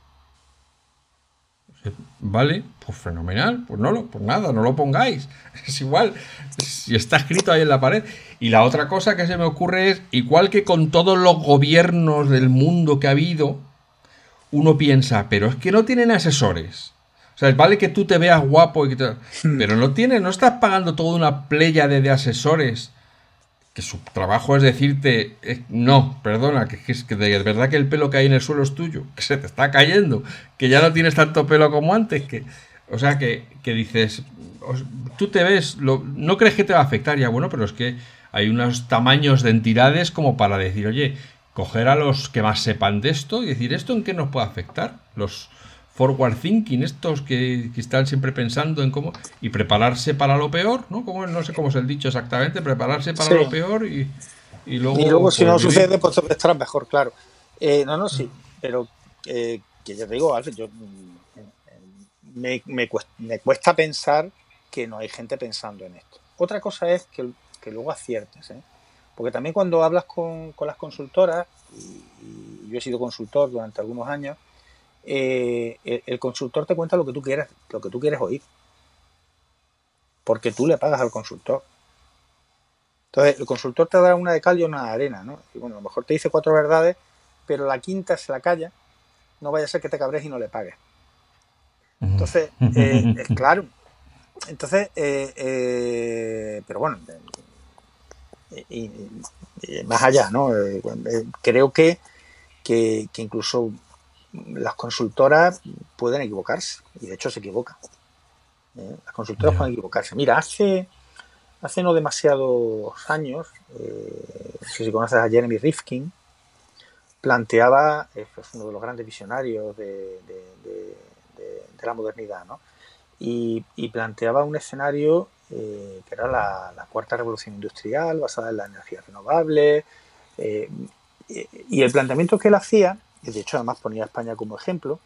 Vale, pues fenomenal, pues nada, no lo pongáis. Es igual, si está escrito ahí en la pared. Y la otra cosa que se me ocurre es, igual que con todos los gobiernos del mundo que ha habido, uno piensa, pero es que no tienen asesores. O sea, vale que tú te veas guapo, pero no estás pagando toda una pléyade de asesores que su trabajo es decirte, no, perdona, que de verdad que el pelo que hay en el suelo es tuyo, que se te está cayendo, que ya no tienes tanto pelo como antes, o sea, que dices, tú te ves, no crees que te va a afectar, ya bueno, pero es que hay unos tamaños de entidades como para decir, oye, coger a los que más sepan de esto y decir, ¿esto en qué nos puede afectar? Los forward thinking, estos que están siempre pensando en cómo, y prepararse para lo peor, ¿no? No sé cómo es el dicho exactamente, prepararse para lo peor y luego si no sucede, pues estarás mejor, claro. Sí, pero que ya te digo, Alfred, yo me cuesta pensar que no hay gente pensando en esto. Otra cosa es que luego aciertes, ¿eh? Porque también cuando hablas con las consultoras, y yo he sido consultor durante algunos años, el consultor te cuenta lo que tú quieres oír, porque tú le pagas al consultor. Entonces el consultor te da una de cal y una de arena, ¿no? Y bueno, a lo mejor te dice 4 verdades, pero la quinta se la calla, no vaya a ser que te cabres y no le pagues. Entonces, claro, entonces, pero bueno, y más allá, ¿no? Creo que incluso las consultoras pueden equivocarse, y de hecho se equivocan. Las consultoras pueden equivocarse. Mira, hace no demasiados años, no sé si conoces a Jeremy Rifkin, planteaba, es uno de los grandes visionarios de la modernidad, ¿no? Y planteaba un escenario que era la cuarta revolución industrial basada en las energías renovables, y el planteamiento que él hacía, y de hecho además ponía a España como ejemplo,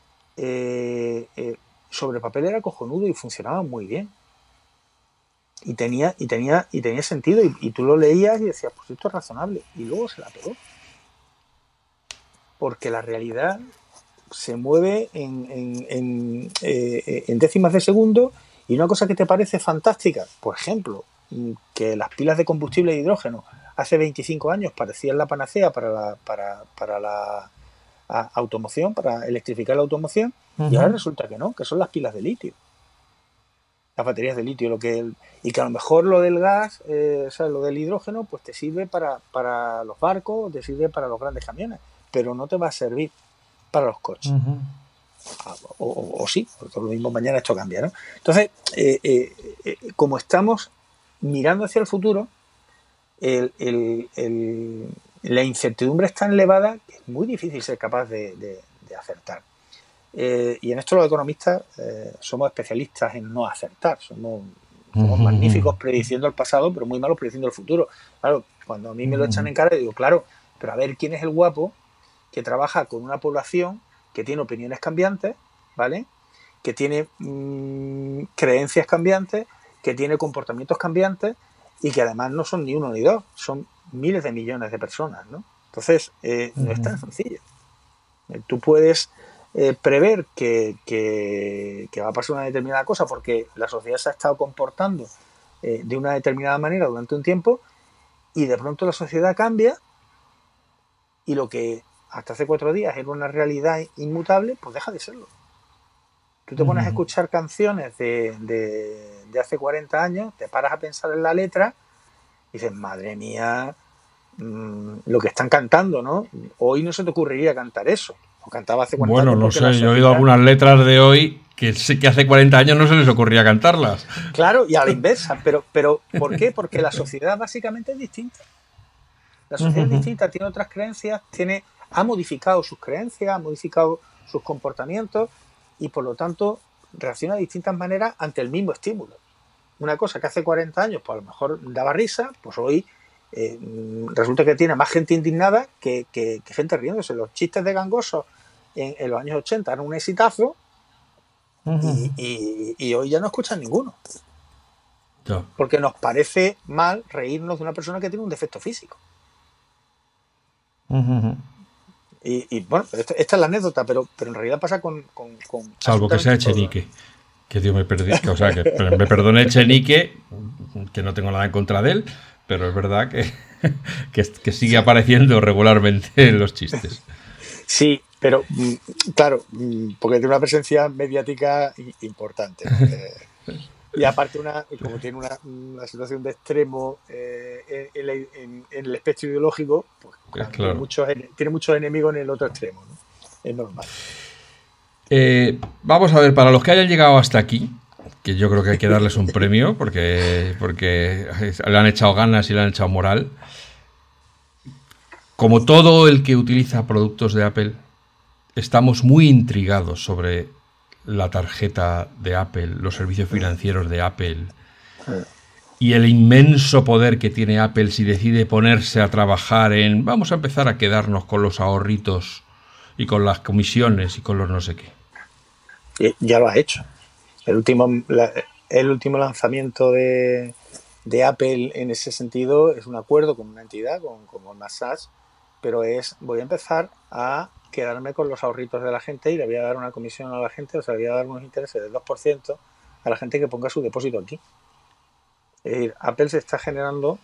sobre papel era cojonudo y funcionaba muy bien. Y tenía sentido, y tú lo leías y decías, pues esto es razonable, y luego se la pegó. Porque la realidad se mueve en décimas de segundo, y una cosa que te parece fantástica, por ejemplo, que las pilas de combustible de hidrógeno hace 25 años parecían la panacea para la automoción, para electrificar la automoción, y ahora resulta que no, que son las pilas de litio, las baterías de litio, y que a lo mejor lo del gas, o sea, lo del hidrógeno, pues te sirve para los barcos, te sirve para los grandes camiones, pero no te va a servir para los coches. O sí, porque lo mismo mañana esto cambia, ¿no? Entonces, como estamos mirando hacia el futuro, la incertidumbre es tan elevada que es muy difícil ser capaz de acertar. Y en esto los economistas somos especialistas en no acertar, somos magníficos prediciendo el pasado, pero muy malos prediciendo el futuro. Claro, cuando a mí me lo echan en cara, digo, claro, pero a ver quién es el guapo que trabaja con una población que tiene opiniones cambiantes, ¿vale? Que tiene creencias cambiantes, que tiene comportamientos cambiantes, y que además no son ni uno ni dos, son miles de millones de personas, ¿no? Entonces, no es tan sencillo. Tú puedes prever que va a pasar una determinada cosa porque la sociedad se ha estado comportando de una determinada manera durante un tiempo, y de pronto la sociedad cambia, y lo que hasta hace 4 días era una realidad inmutable, pues deja de serlo. Tú te pones a escuchar canciones de hace 40 años, te paras a pensar en la letra y dices, madre mía, lo que están cantando, ¿no? Hoy no se te ocurriría cantar eso. O cantaba hace 40 años. Bueno, no sé, yo he oído algunas letras de hoy que sé que hace 40 años no se les ocurría cantarlas. Claro, y a la inversa. Pero ¿por qué? Porque la sociedad básicamente es distinta. La sociedad es distinta, tiene otras creencias, ha modificado sus creencias, ha modificado sus comportamientos, y por lo tanto reacciona de distintas maneras ante el mismo estímulo. Una cosa que hace 40 años pues a lo mejor daba risa, pues hoy resulta que tiene más gente indignada que gente riéndose. Los chistes de gangosos en los años 80 eran un exitazo, y hoy ya no escuchan ninguno. Porque nos parece mal reírnos de una persona que tiene un defecto físico. Y bueno, esta es la anécdota, pero en realidad pasa con salvo que sea Echenique, que Dios me perdone, o sea, que me perdone Echenique, que no tengo nada en contra de él, pero es verdad que sigue apareciendo regularmente en los chistes. Sí, pero claro, porque tiene una presencia mediática importante, ¿no? Y aparte, como tiene una situación de extremo en el espectro ideológico, pues claro, tiene muchos enemigos en el otro extremo, ¿no? Es normal. Vamos a ver, para los que hayan llegado hasta aquí, que yo creo que hay que darles un premio, porque le han echado ganas y le han echado moral. Como todo el que utiliza productos de Apple, estamos muy intrigados sobre la tarjeta de Apple, los servicios financieros de Apple y el inmenso poder que tiene Apple si decide ponerse a trabajar vamos a empezar a quedarnos con los ahorritos y con las comisiones y con los no sé qué. Ya lo ha hecho. El último lanzamiento de Apple en ese sentido es un acuerdo con una entidad, con Goldman Sachs, pero voy a empezar a quedarme con los ahorritos de la gente y le voy a dar una comisión a la gente, o sea, le voy a dar unos intereses del 2% a la gente que ponga su depósito aquí. Es decir, Apple se está generando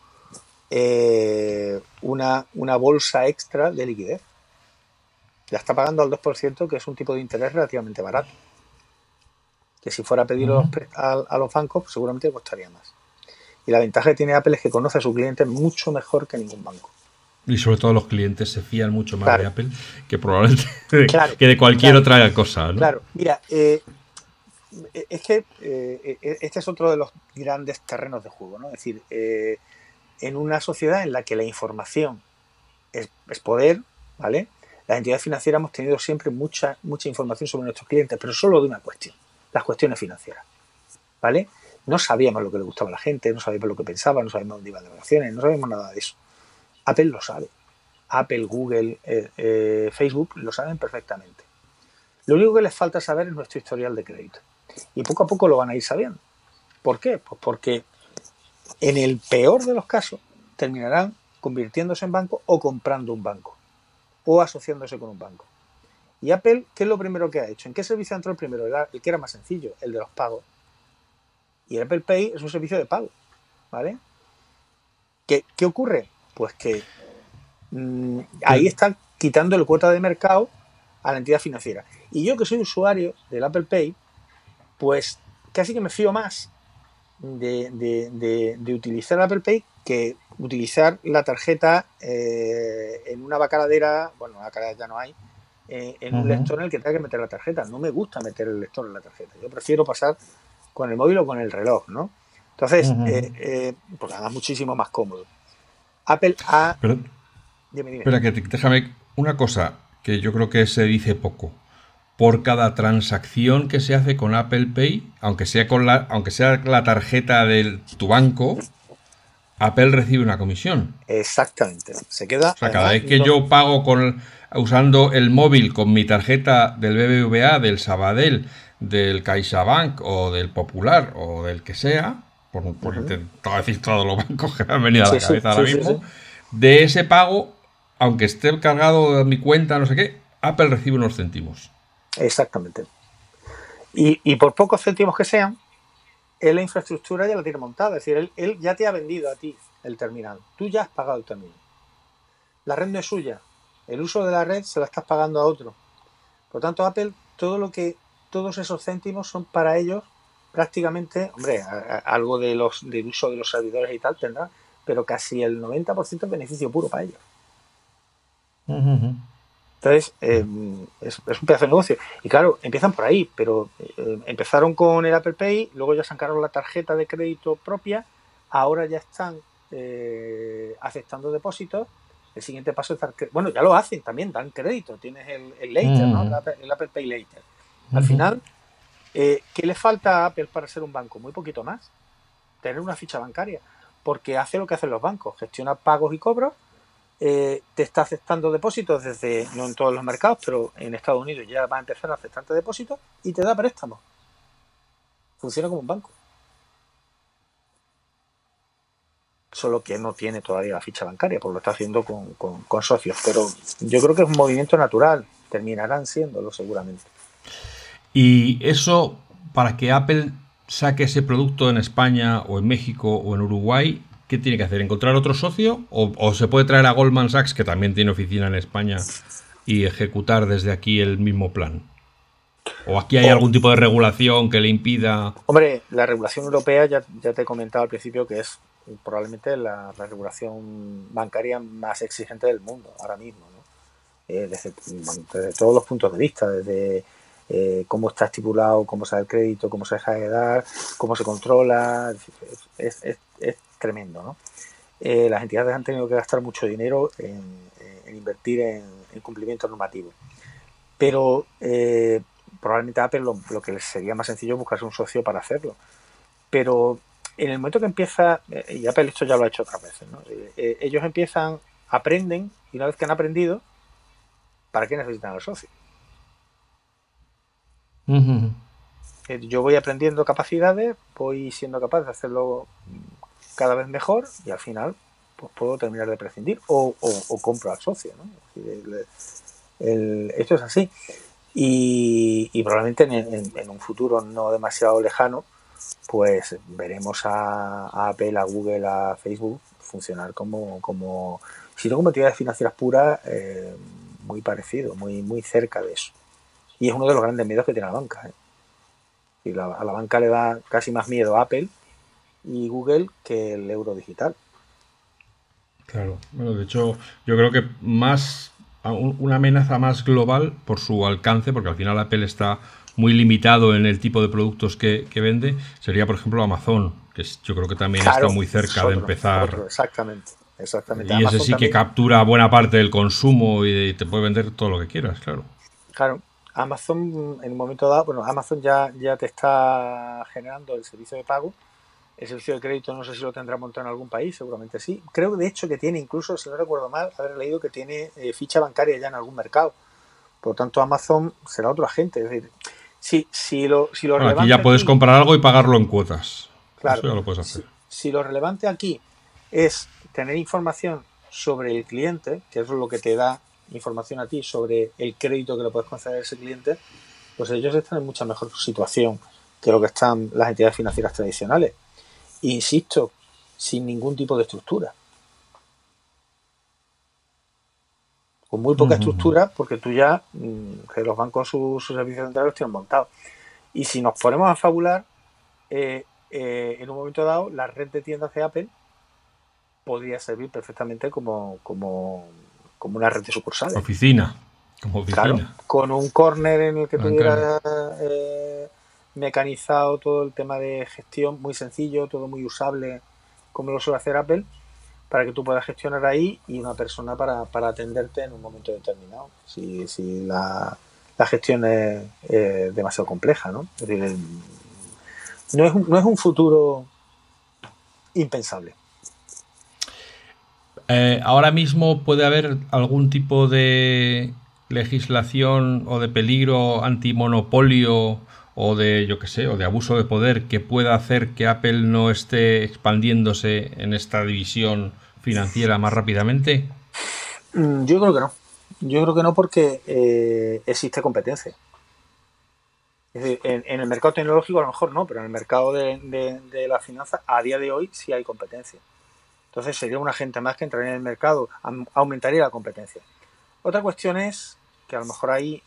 una bolsa extra de liquidez. Ya está pagando al 2%, que es un tipo de interés relativamente barato. Que si fuera a pedirlo a los bancos, pues seguramente costaría más. Y la ventaja que tiene Apple es que conoce a su cliente mucho mejor que ningún banco. Y sobre todo los clientes se fían mucho más de Apple que probablemente que de cualquier otra cosa, ¿no? Claro, mira, es que este es otro de los grandes terrenos de juego, ¿no? Es decir, en una sociedad en la que la información es poder, ¿vale? Las entidades financieras hemos tenido siempre mucha información sobre nuestros clientes, pero solo de una cuestión, las cuestiones financieras, ¿vale? No sabíamos lo que le gustaba a la gente, no sabíamos lo que pensaba, no sabíamos dónde iban de vacaciones, no sabíamos nada de eso. Apple lo sabe. Apple, Google, Facebook lo saben perfectamente. Lo único que les falta saber es nuestro historial de crédito. Y poco a poco lo van a ir sabiendo. ¿Por qué? Pues porque en el peor de los casos terminarán convirtiéndose en banco o comprando un banco o asociándose con un banco. Y Apple, ¿qué es lo primero que ha hecho? ¿En qué servicio entró el primero? El que era más sencillo, el de los pagos. Y el Apple Pay es un servicio de pago, ¿vale? ¿Qué ocurre? Pues que ahí están quitando el cuota de mercado a la entidad financiera. Y yo, que soy usuario del Apple Pay, pues casi que me fío más de utilizar el Apple Pay que utilizar la tarjeta en una bacaladera, bueno, la bacaladera ya no hay, en un lector en el que tenga que meter la tarjeta. No me gusta meter el lector en la tarjeta. Yo prefiero pasar con el móvil o con el reloj, ¿no? Entonces, pues además muchísimo más cómodo. Apple ha... Dime. Espera, que déjame una cosa que yo creo que se dice poco. Por cada transacción que se hace con Apple Pay, aunque sea la tarjeta de tu banco, Apple recibe una comisión. Exactamente. Se queda. O sea, cada vez que yo pago usando el móvil con mi tarjeta del BBVA, del Sabadell, del CaixaBank o del Popular o del que sea, por intentar decir todos los bancos que me han venido a la cabeza ahora mismo, de ese pago, aunque esté cargado de mi cuenta, no sé qué, Apple recibe unos céntimos. Exactamente. Y por pocos céntimos que sean, la infraestructura ya la tiene montada. Es decir, él ya te ha vendido a ti el terminal. Tú ya has pagado el terminal. La red no es suya. El uso de la red se la estás pagando a otro. Por tanto, Apple, todos esos céntimos son para ellos prácticamente, hombre, algo del uso de los servidores y tal tendrá, pero casi el 90% es beneficio puro para ellos. Entonces, es un pedazo de negocio. Y claro, empiezan por ahí, pero empezaron con el Apple Pay, luego ya sacaron la tarjeta de crédito propia, ahora ya están aceptando depósitos. El siguiente paso es dar crédito. Bueno, ya lo hacen también, dan crédito. Tienes el Later, ¿no? El Apple Pay Later. Al final, ¿qué le falta a Apple para ser un banco? Muy poquito más. Tener una ficha bancaria. Porque hace lo que hacen los bancos. Gestiona pagos y cobros. Te está aceptando depósitos no en todos los mercados, pero en Estados Unidos ya va a empezar a aceptarte depósitos y te da préstamos. Funciona como un banco. Solo que no tiene todavía la ficha bancaria, porque lo está haciendo con socios. Pero yo creo que es un movimiento natural. Terminarán siéndolo seguramente. Y eso, para que Apple saque ese producto en España o en México o en Uruguay, ¿qué tiene que hacer? ¿Encontrar otro socio? ¿O se puede traer a Goldman Sachs, que también tiene oficina en España, y ejecutar desde aquí el mismo plan? ¿O aquí hay algún tipo de regulación que le impida? Hombre, la regulación europea, ya te he comentado al principio, que es probablemente la regulación bancaria más exigente del mundo ahora mismo, ¿no? Desde todos los puntos de vista, desde cómo está estipulado, cómo se da el crédito, cómo se deja de dar, cómo se controla. Es tremendo, ¿no? Las entidades han tenido que gastar mucho dinero en invertir en cumplimiento normativo. Pero probablemente a Apple lo que les sería más sencillo es buscarse un socio para hacerlo. Pero en el momento que empieza, y Apple esto ya lo ha hecho otras veces, ¿no? Ellos aprenden, y una vez que han aprendido, ¿para qué necesitan al socio? Yo voy aprendiendo capacidades, voy siendo capaz de hacerlo cada vez mejor y al final pues puedo terminar de prescindir o compro al socio, ¿no? Esto es así y probablemente en un futuro no demasiado lejano pues veremos a Apple, a Google, a Facebook funcionar como si no como entidades financieras puras, muy parecido, muy cerca de eso. Y es uno de los grandes miedos que tiene la banca, Y a la banca le da casi más miedo a Apple y Google que el euro digital. Claro, bueno, de hecho yo creo que una amenaza más global por su alcance, porque al final Apple está muy limitado en el tipo de productos que vende, sería por ejemplo Amazon, que yo creo que también está muy cerca de empezar. Exactamente. exactamente. Y ese Amazon sí que también, captura buena parte del consumo y te puede vender todo lo que quieras, claro. claro, Amazon en un momento dado, bueno, Amazon ya te está generando el servicio de pago. El servicio de crédito no sé si lo tendrá montado en algún país, seguramente sí. Creo de hecho que tiene, incluso si no recuerdo mal, haber leído que tiene ficha bancaria ya en algún mercado. Por lo tanto, Amazon será otro agente. Es decir, si lo Bueno, aquí relevante ya puedes aquí, comprar algo y pagarlo en cuotas. Eso claro, ya lo puedes hacer. si lo relevante aquí es tener información sobre el cliente, que es lo que te da información a ti sobre el crédito que le puedes conceder a ese cliente, pues ellos están en mucha mejor situación que lo que están las entidades financieras tradicionales. E insisto, sin ningún tipo de estructura. Con muy poca estructura, porque tú ya, que los bancos sus servicios centrales los tienen montados. Y si nos ponemos a fabular, en un momento dado, la red de tiendas de Apple podría servir perfectamente como una red de sucursales. Oficina. Como Claro, oficina. con un corner en el que Bancaria. tuviera mecanizado todo el tema de gestión, muy sencillo, todo muy usable, como lo suele hacer Apple, para que tú puedas gestionar ahí y una persona para atenderte en un momento determinado. Si la gestión es demasiado compleja, ¿no? Es decir, no es un futuro impensable. Ahora mismo puede haber algún tipo de legislación o de peligro antimonopolio o de, yo qué sé, o de abuso de poder que pueda hacer que Apple no esté expandiéndose en esta división financiera más rápidamente. Yo creo que no. Yo creo que no porque existe competencia. Es decir, en el mercado tecnológico a lo mejor no, pero en el mercado de las finanzas a día de hoy sí hay competencia. Entonces sería un agente más que entraría en el mercado, aumentaría la competencia. Otra cuestión es que a lo mejor ahí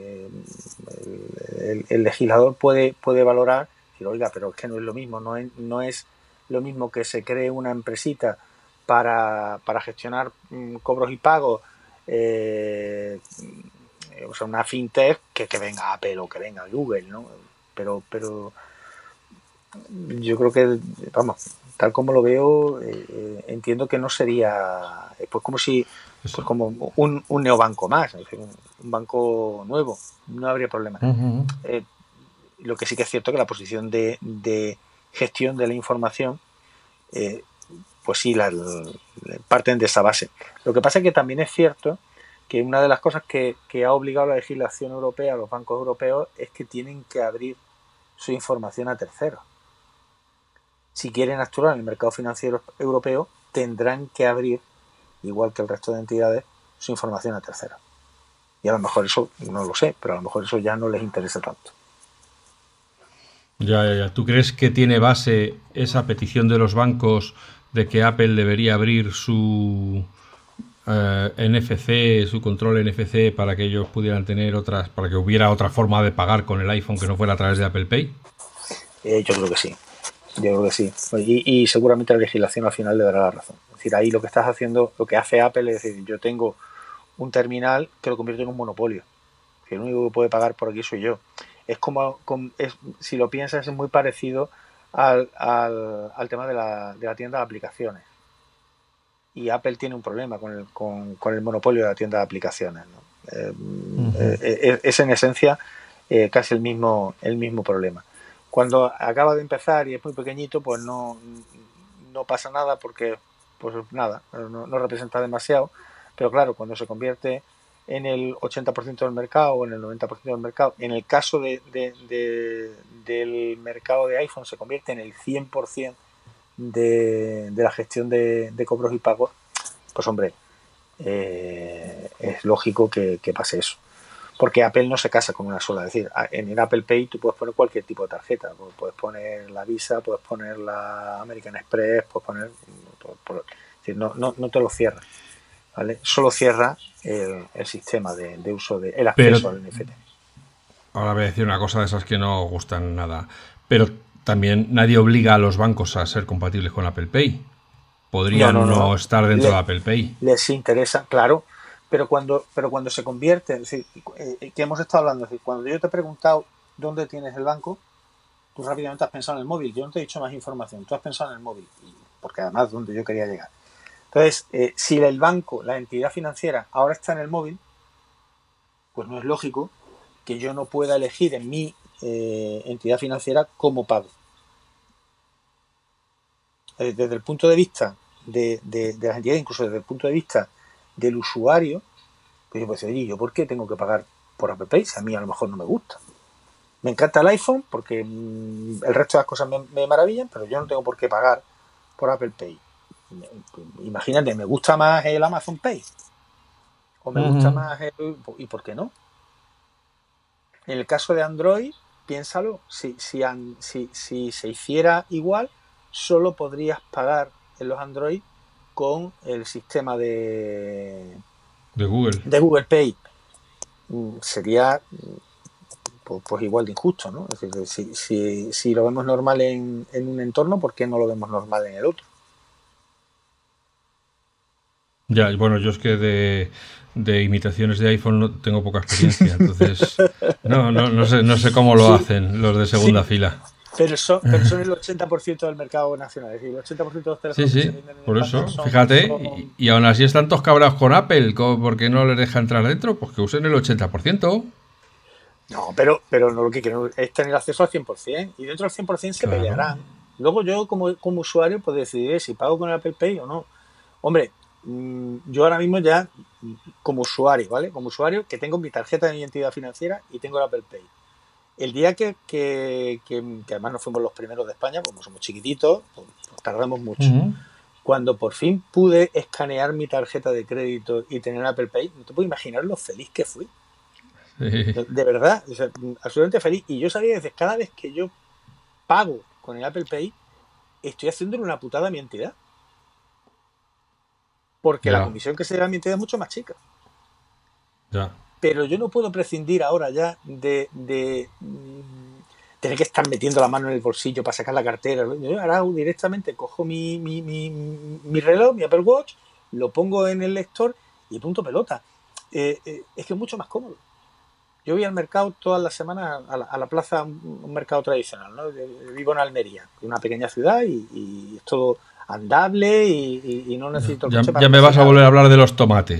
el legislador puede valorar, decir, oiga, pero es que no es lo mismo, no es lo mismo que se cree una empresita para gestionar cobros y pagos, o sea, una fintech que venga Apple o que venga Google, ¿no? Pero yo creo que, vamos, tal como lo veo, entiendo que no sería, pues como si, Eso. pues como un neobanco más, es decir, un banco nuevo, no habría problema. Lo que sí que es cierto que la posición de gestión de la información, eh, pues sí, parten de esa base. Lo que pasa es que también es cierto que una de las cosas que ha obligado la legislación europea a los bancos europeos es que tienen que abrir su información a terceros. Si quieren actuar en el mercado financiero europeo, tendrán que abrir, igual que el resto de entidades, su información a terceros. Y a lo mejor eso, no lo sé, pero a lo mejor eso ya no les interesa tanto. Ya, ya, ya. ¿Tú crees que tiene base esa petición de los bancos de que Apple debería abrir su NFC, su control NFC para que ellos pudieran tener otras, para que hubiera otra forma de pagar con el iPhone que no fuera a través de Apple Pay? Yo creo que sí. Yo creo que sí. Y seguramente la legislación al final le dará la razón. Es decir, ahí lo que estás haciendo, lo que hace Apple es decir, yo tengo un terminal que lo convierto en un monopolio. Que el único que puede pagar por aquí soy yo. Es como, si lo piensas, es muy parecido al tema de la tienda de aplicaciones. Y Apple tiene un problema con el monopolio de la tienda de aplicaciones, ¿no? Es en esencia casi el mismo problema. Cuando acaba de empezar y es muy pequeñito, pues no pasa nada porque, pues nada, no representa demasiado. Pero claro, cuando se convierte en el 80% del mercado o en el 90% del mercado, en el caso del mercado de iPhone se convierte en el 100% de la gestión de cobros y pagos, pues hombre, es lógico que pase eso. Porque Apple no se casa con una sola. Es decir, en el Apple Pay tú puedes poner cualquier tipo de tarjeta. Puedes poner la Visa, puedes poner la American Express, puedes poner... es decir, no te lo cierra. ¿Vale? Solo cierra el sistema de uso, el Pero acceso al NFT. ahora voy a decir una cosa de esas que no gustan nada. Pero también nadie obliga a los bancos a ser compatibles con Apple Pay. No, no, Podrían no, no no. estar dentro de Apple Pay. Les interesa, claro, pero cuando se convierte, es decir, que hemos estado hablando, es decir, cuando yo te he preguntado dónde tienes el banco, tú rápidamente has pensado en el móvil. Yo no te he dicho más información, tú has pensado en el móvil, porque además es donde yo quería llegar. Entonces, si el banco, la entidad financiera, ahora está en el móvil, pues no es lógico que yo no pueda elegir en mi entidad financiera cómo pago. Desde el punto de vista de las entidades, incluso desde el punto de vista del usuario, pues yo puedo decir, oye, ¿yo por qué tengo que pagar por Apple Pay si a mí a lo mejor no me gusta? Me encanta el iPhone porque el resto de las cosas me maravillan, pero yo no tengo por qué pagar por Apple Pay. Imagínate, me gusta más el Amazon Pay o me gusta más el... ¿Y por qué no? En el caso de Android, piénsalo, si se hiciera igual, solo podrías pagar en los Android con el sistema de Google Pay. Sería pues igual de injusto, ¿no? Es decir, si lo vemos normal en un entorno, ¿por qué no lo vemos normal en el otro? Ya, bueno, yo es que de imitaciones de iPhone no tengo poca experiencia, entonces no sé cómo lo hacen los de segunda fila. Pero son el 80% del mercado nacional, es decir, el 80% de los teléfonos que se venden en por España eso, fíjate, y aún así están todos cabreados con Apple, porque no les deja entrar dentro, pues que usen el 80%. No, pero no, lo que quieren es tener acceso al 100%, y dentro del 100% se pelearán. Luego yo como usuario pues decidiré si pago con el Apple Pay o no. Hombre, yo ahora mismo ya como usuario, ¿vale? Como usuario que tengo mi tarjeta de mi entidad financiera y tengo el Apple Pay. El día que además no fuimos los primeros de España, como somos chiquititos, pues tardamos mucho. Cuando por fin pude escanear mi tarjeta de crédito y tener Apple Pay, no te puedo imaginar lo feliz que fui. De verdad, o sea, absolutamente feliz. Y yo sabía que cada vez que yo pago con el Apple Pay, estoy haciéndole una putada a mi entidad. Porque la comisión que se lleva a mi entidad es mucho más chica. Ya. Pero yo no puedo prescindir ahora ya de tener que estar metiendo la mano en el bolsillo para sacar la cartera. Yo ahora directamente cojo mi reloj, mi Apple Watch, lo pongo en el lector y punto pelota. Es que es mucho más cómodo. Yo voy al mercado todas las semanas, a la plaza, un mercado tradicional, ¿no? Vivo en Almería, una pequeña ciudad, y es todo andable y no necesito el coche para... Ya me vas a volver a hablar de los tomates,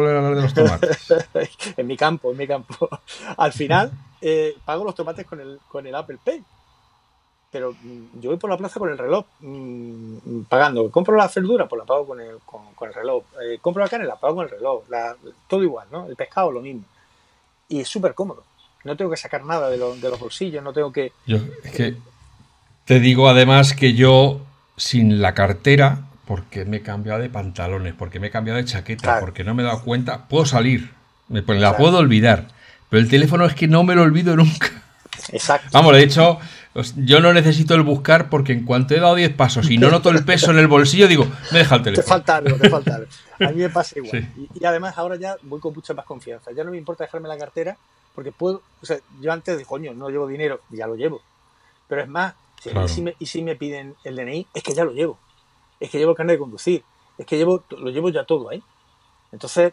En mi campo. Al final, pago los tomates con el Apple Pay. Pero yo voy por la plaza con el reloj pagando. Compro la verdura, pues la pago con el reloj. Compro la carne, la pago con el reloj. Todo igual, ¿no? El pescado, lo mismo. Y es súper cómodo. No tengo que sacar nada de los bolsillos, no tengo que... Es que te digo además que yo, sin la cartera, porque me he cambiado de pantalones, porque me he cambiado de chaqueta, claro, porque no me he dado cuenta, puedo salir, la puedo olvidar. Pero el teléfono es que no me lo olvido nunca. Exacto. Vamos, de hecho, yo no necesito el buscar porque en cuanto he dado 10 pasos y no noto el peso en el bolsillo, digo, me deja el teléfono. Te falta algo. A mí me pasa igual. Sí. Y además ahora ya voy con mucha más confianza. Ya no me importa dejarme la cartera porque puedo... O sea, yo antes de coño, no llevo dinero, ya lo llevo. Pero es más, claro, y si me piden el DNI, es que ya lo llevo. Es que llevo el carnet de conducir. Es que lo llevo ya todo ahí. Entonces...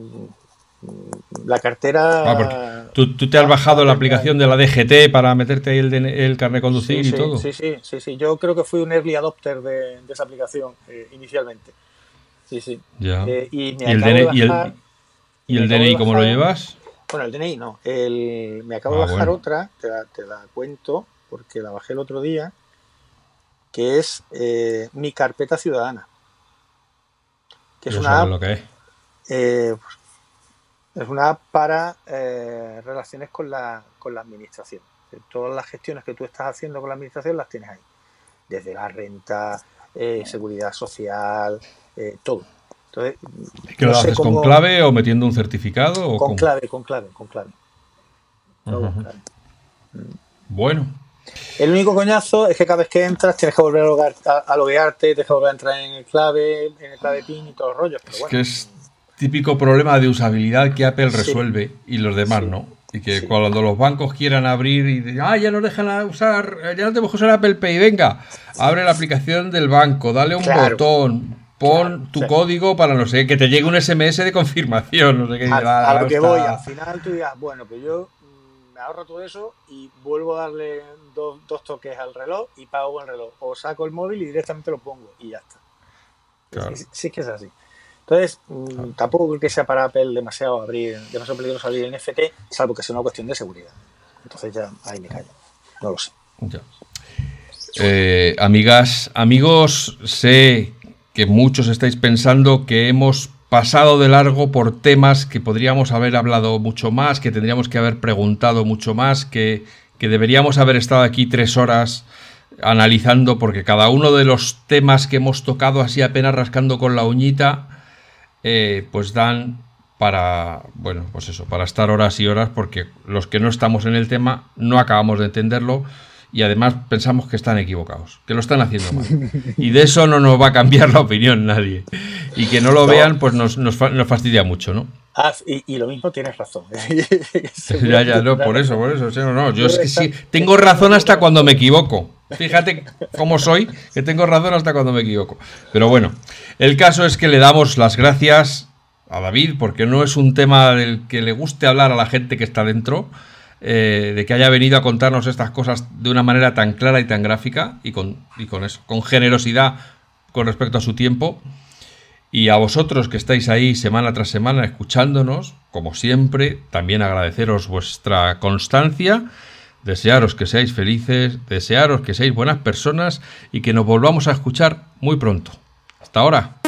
la cartera... ¿Tú te has bajado la aplicación de la DGT para meterte ahí el carnet de conducir y todo? Sí. Yo creo que fui un early adopter de esa aplicación inicialmente. Sí. Ya. ¿Y el DNI cómo lo llevas? Bueno, el DNI no. Me acabo de bajar otra, te la cuento, porque la bajé el otro día, que es mi carpeta ciudadana. Que es una app... lo que es. Es una app para relaciones con la administración. Todas las gestiones que tú estás haciendo con la administración las tienes ahí. Desde la renta, seguridad social, todo. Entonces, ¿qué lo haces con clave o metiendo un certificado? Con clave. Con clave. Bueno. El único coñazo es que cada vez que entras tienes que volver a loguearte, tienes que volver a entrar en el clave PIN y todos los rollos. Pero bueno. Que es típico problema de usabilidad que Apple resuelve y los demás no. Y que cuando los bancos quieran abrir y digan, ya no dejan usar, ya no tenemos que usar Apple Pay, venga, abre la aplicación del banco, dale un botón, pon tu código para no sé, que te llegue un SMS de confirmación, no sé qué. A lo que voy, al final tú digas, bueno, pues yo me ahorro todo eso y vuelvo a darle dos toques al reloj y pago con el reloj. O saco el móvil y directamente lo pongo y ya está. Claro. Sí que es así. Entonces, Claro. tampoco creo que sea para Apple demasiado peligroso abrir NFT, salvo que sea una cuestión de seguridad. Entonces ya ahí me callo. No lo sé. Ya. Amigas, amigos, sé que muchos estáis pensando que hemos pasado de largo por temas que podríamos haber hablado mucho más, que tendríamos que haber preguntado mucho más, que deberíamos haber estado aquí 3 horas analizando, porque cada uno de los temas que hemos tocado así apenas rascando con la uñita, pues dan para, bueno, pues eso, para estar horas y horas, porque los que no estamos en el tema no acabamos de entenderlo y además pensamos que están equivocados, que lo están haciendo mal. Y de eso no nos va a cambiar la opinión nadie. Y que no lo vean, pues nos fastidia mucho, ¿no? Y lo mismo tienes razón. Ya, no, por eso, sí, no. Yo es que sí, tengo razón hasta cuando me equivoco. Fíjate cómo soy, que tengo razón hasta cuando me equivoco. Pero bueno, el caso es que le damos las gracias a David, porque no es un tema del que le guste hablar a la gente que está dentro, de que haya venido a contarnos estas cosas de una manera tan clara y tan gráfica, y con eso, con generosidad con respecto a su tiempo. Y a vosotros que estáis ahí semana tras semana escuchándonos, como siempre, también agradeceros vuestra constancia, desearos que seáis felices, desearos que seáis buenas personas y que nos volvamos a escuchar muy pronto. Hasta ahora.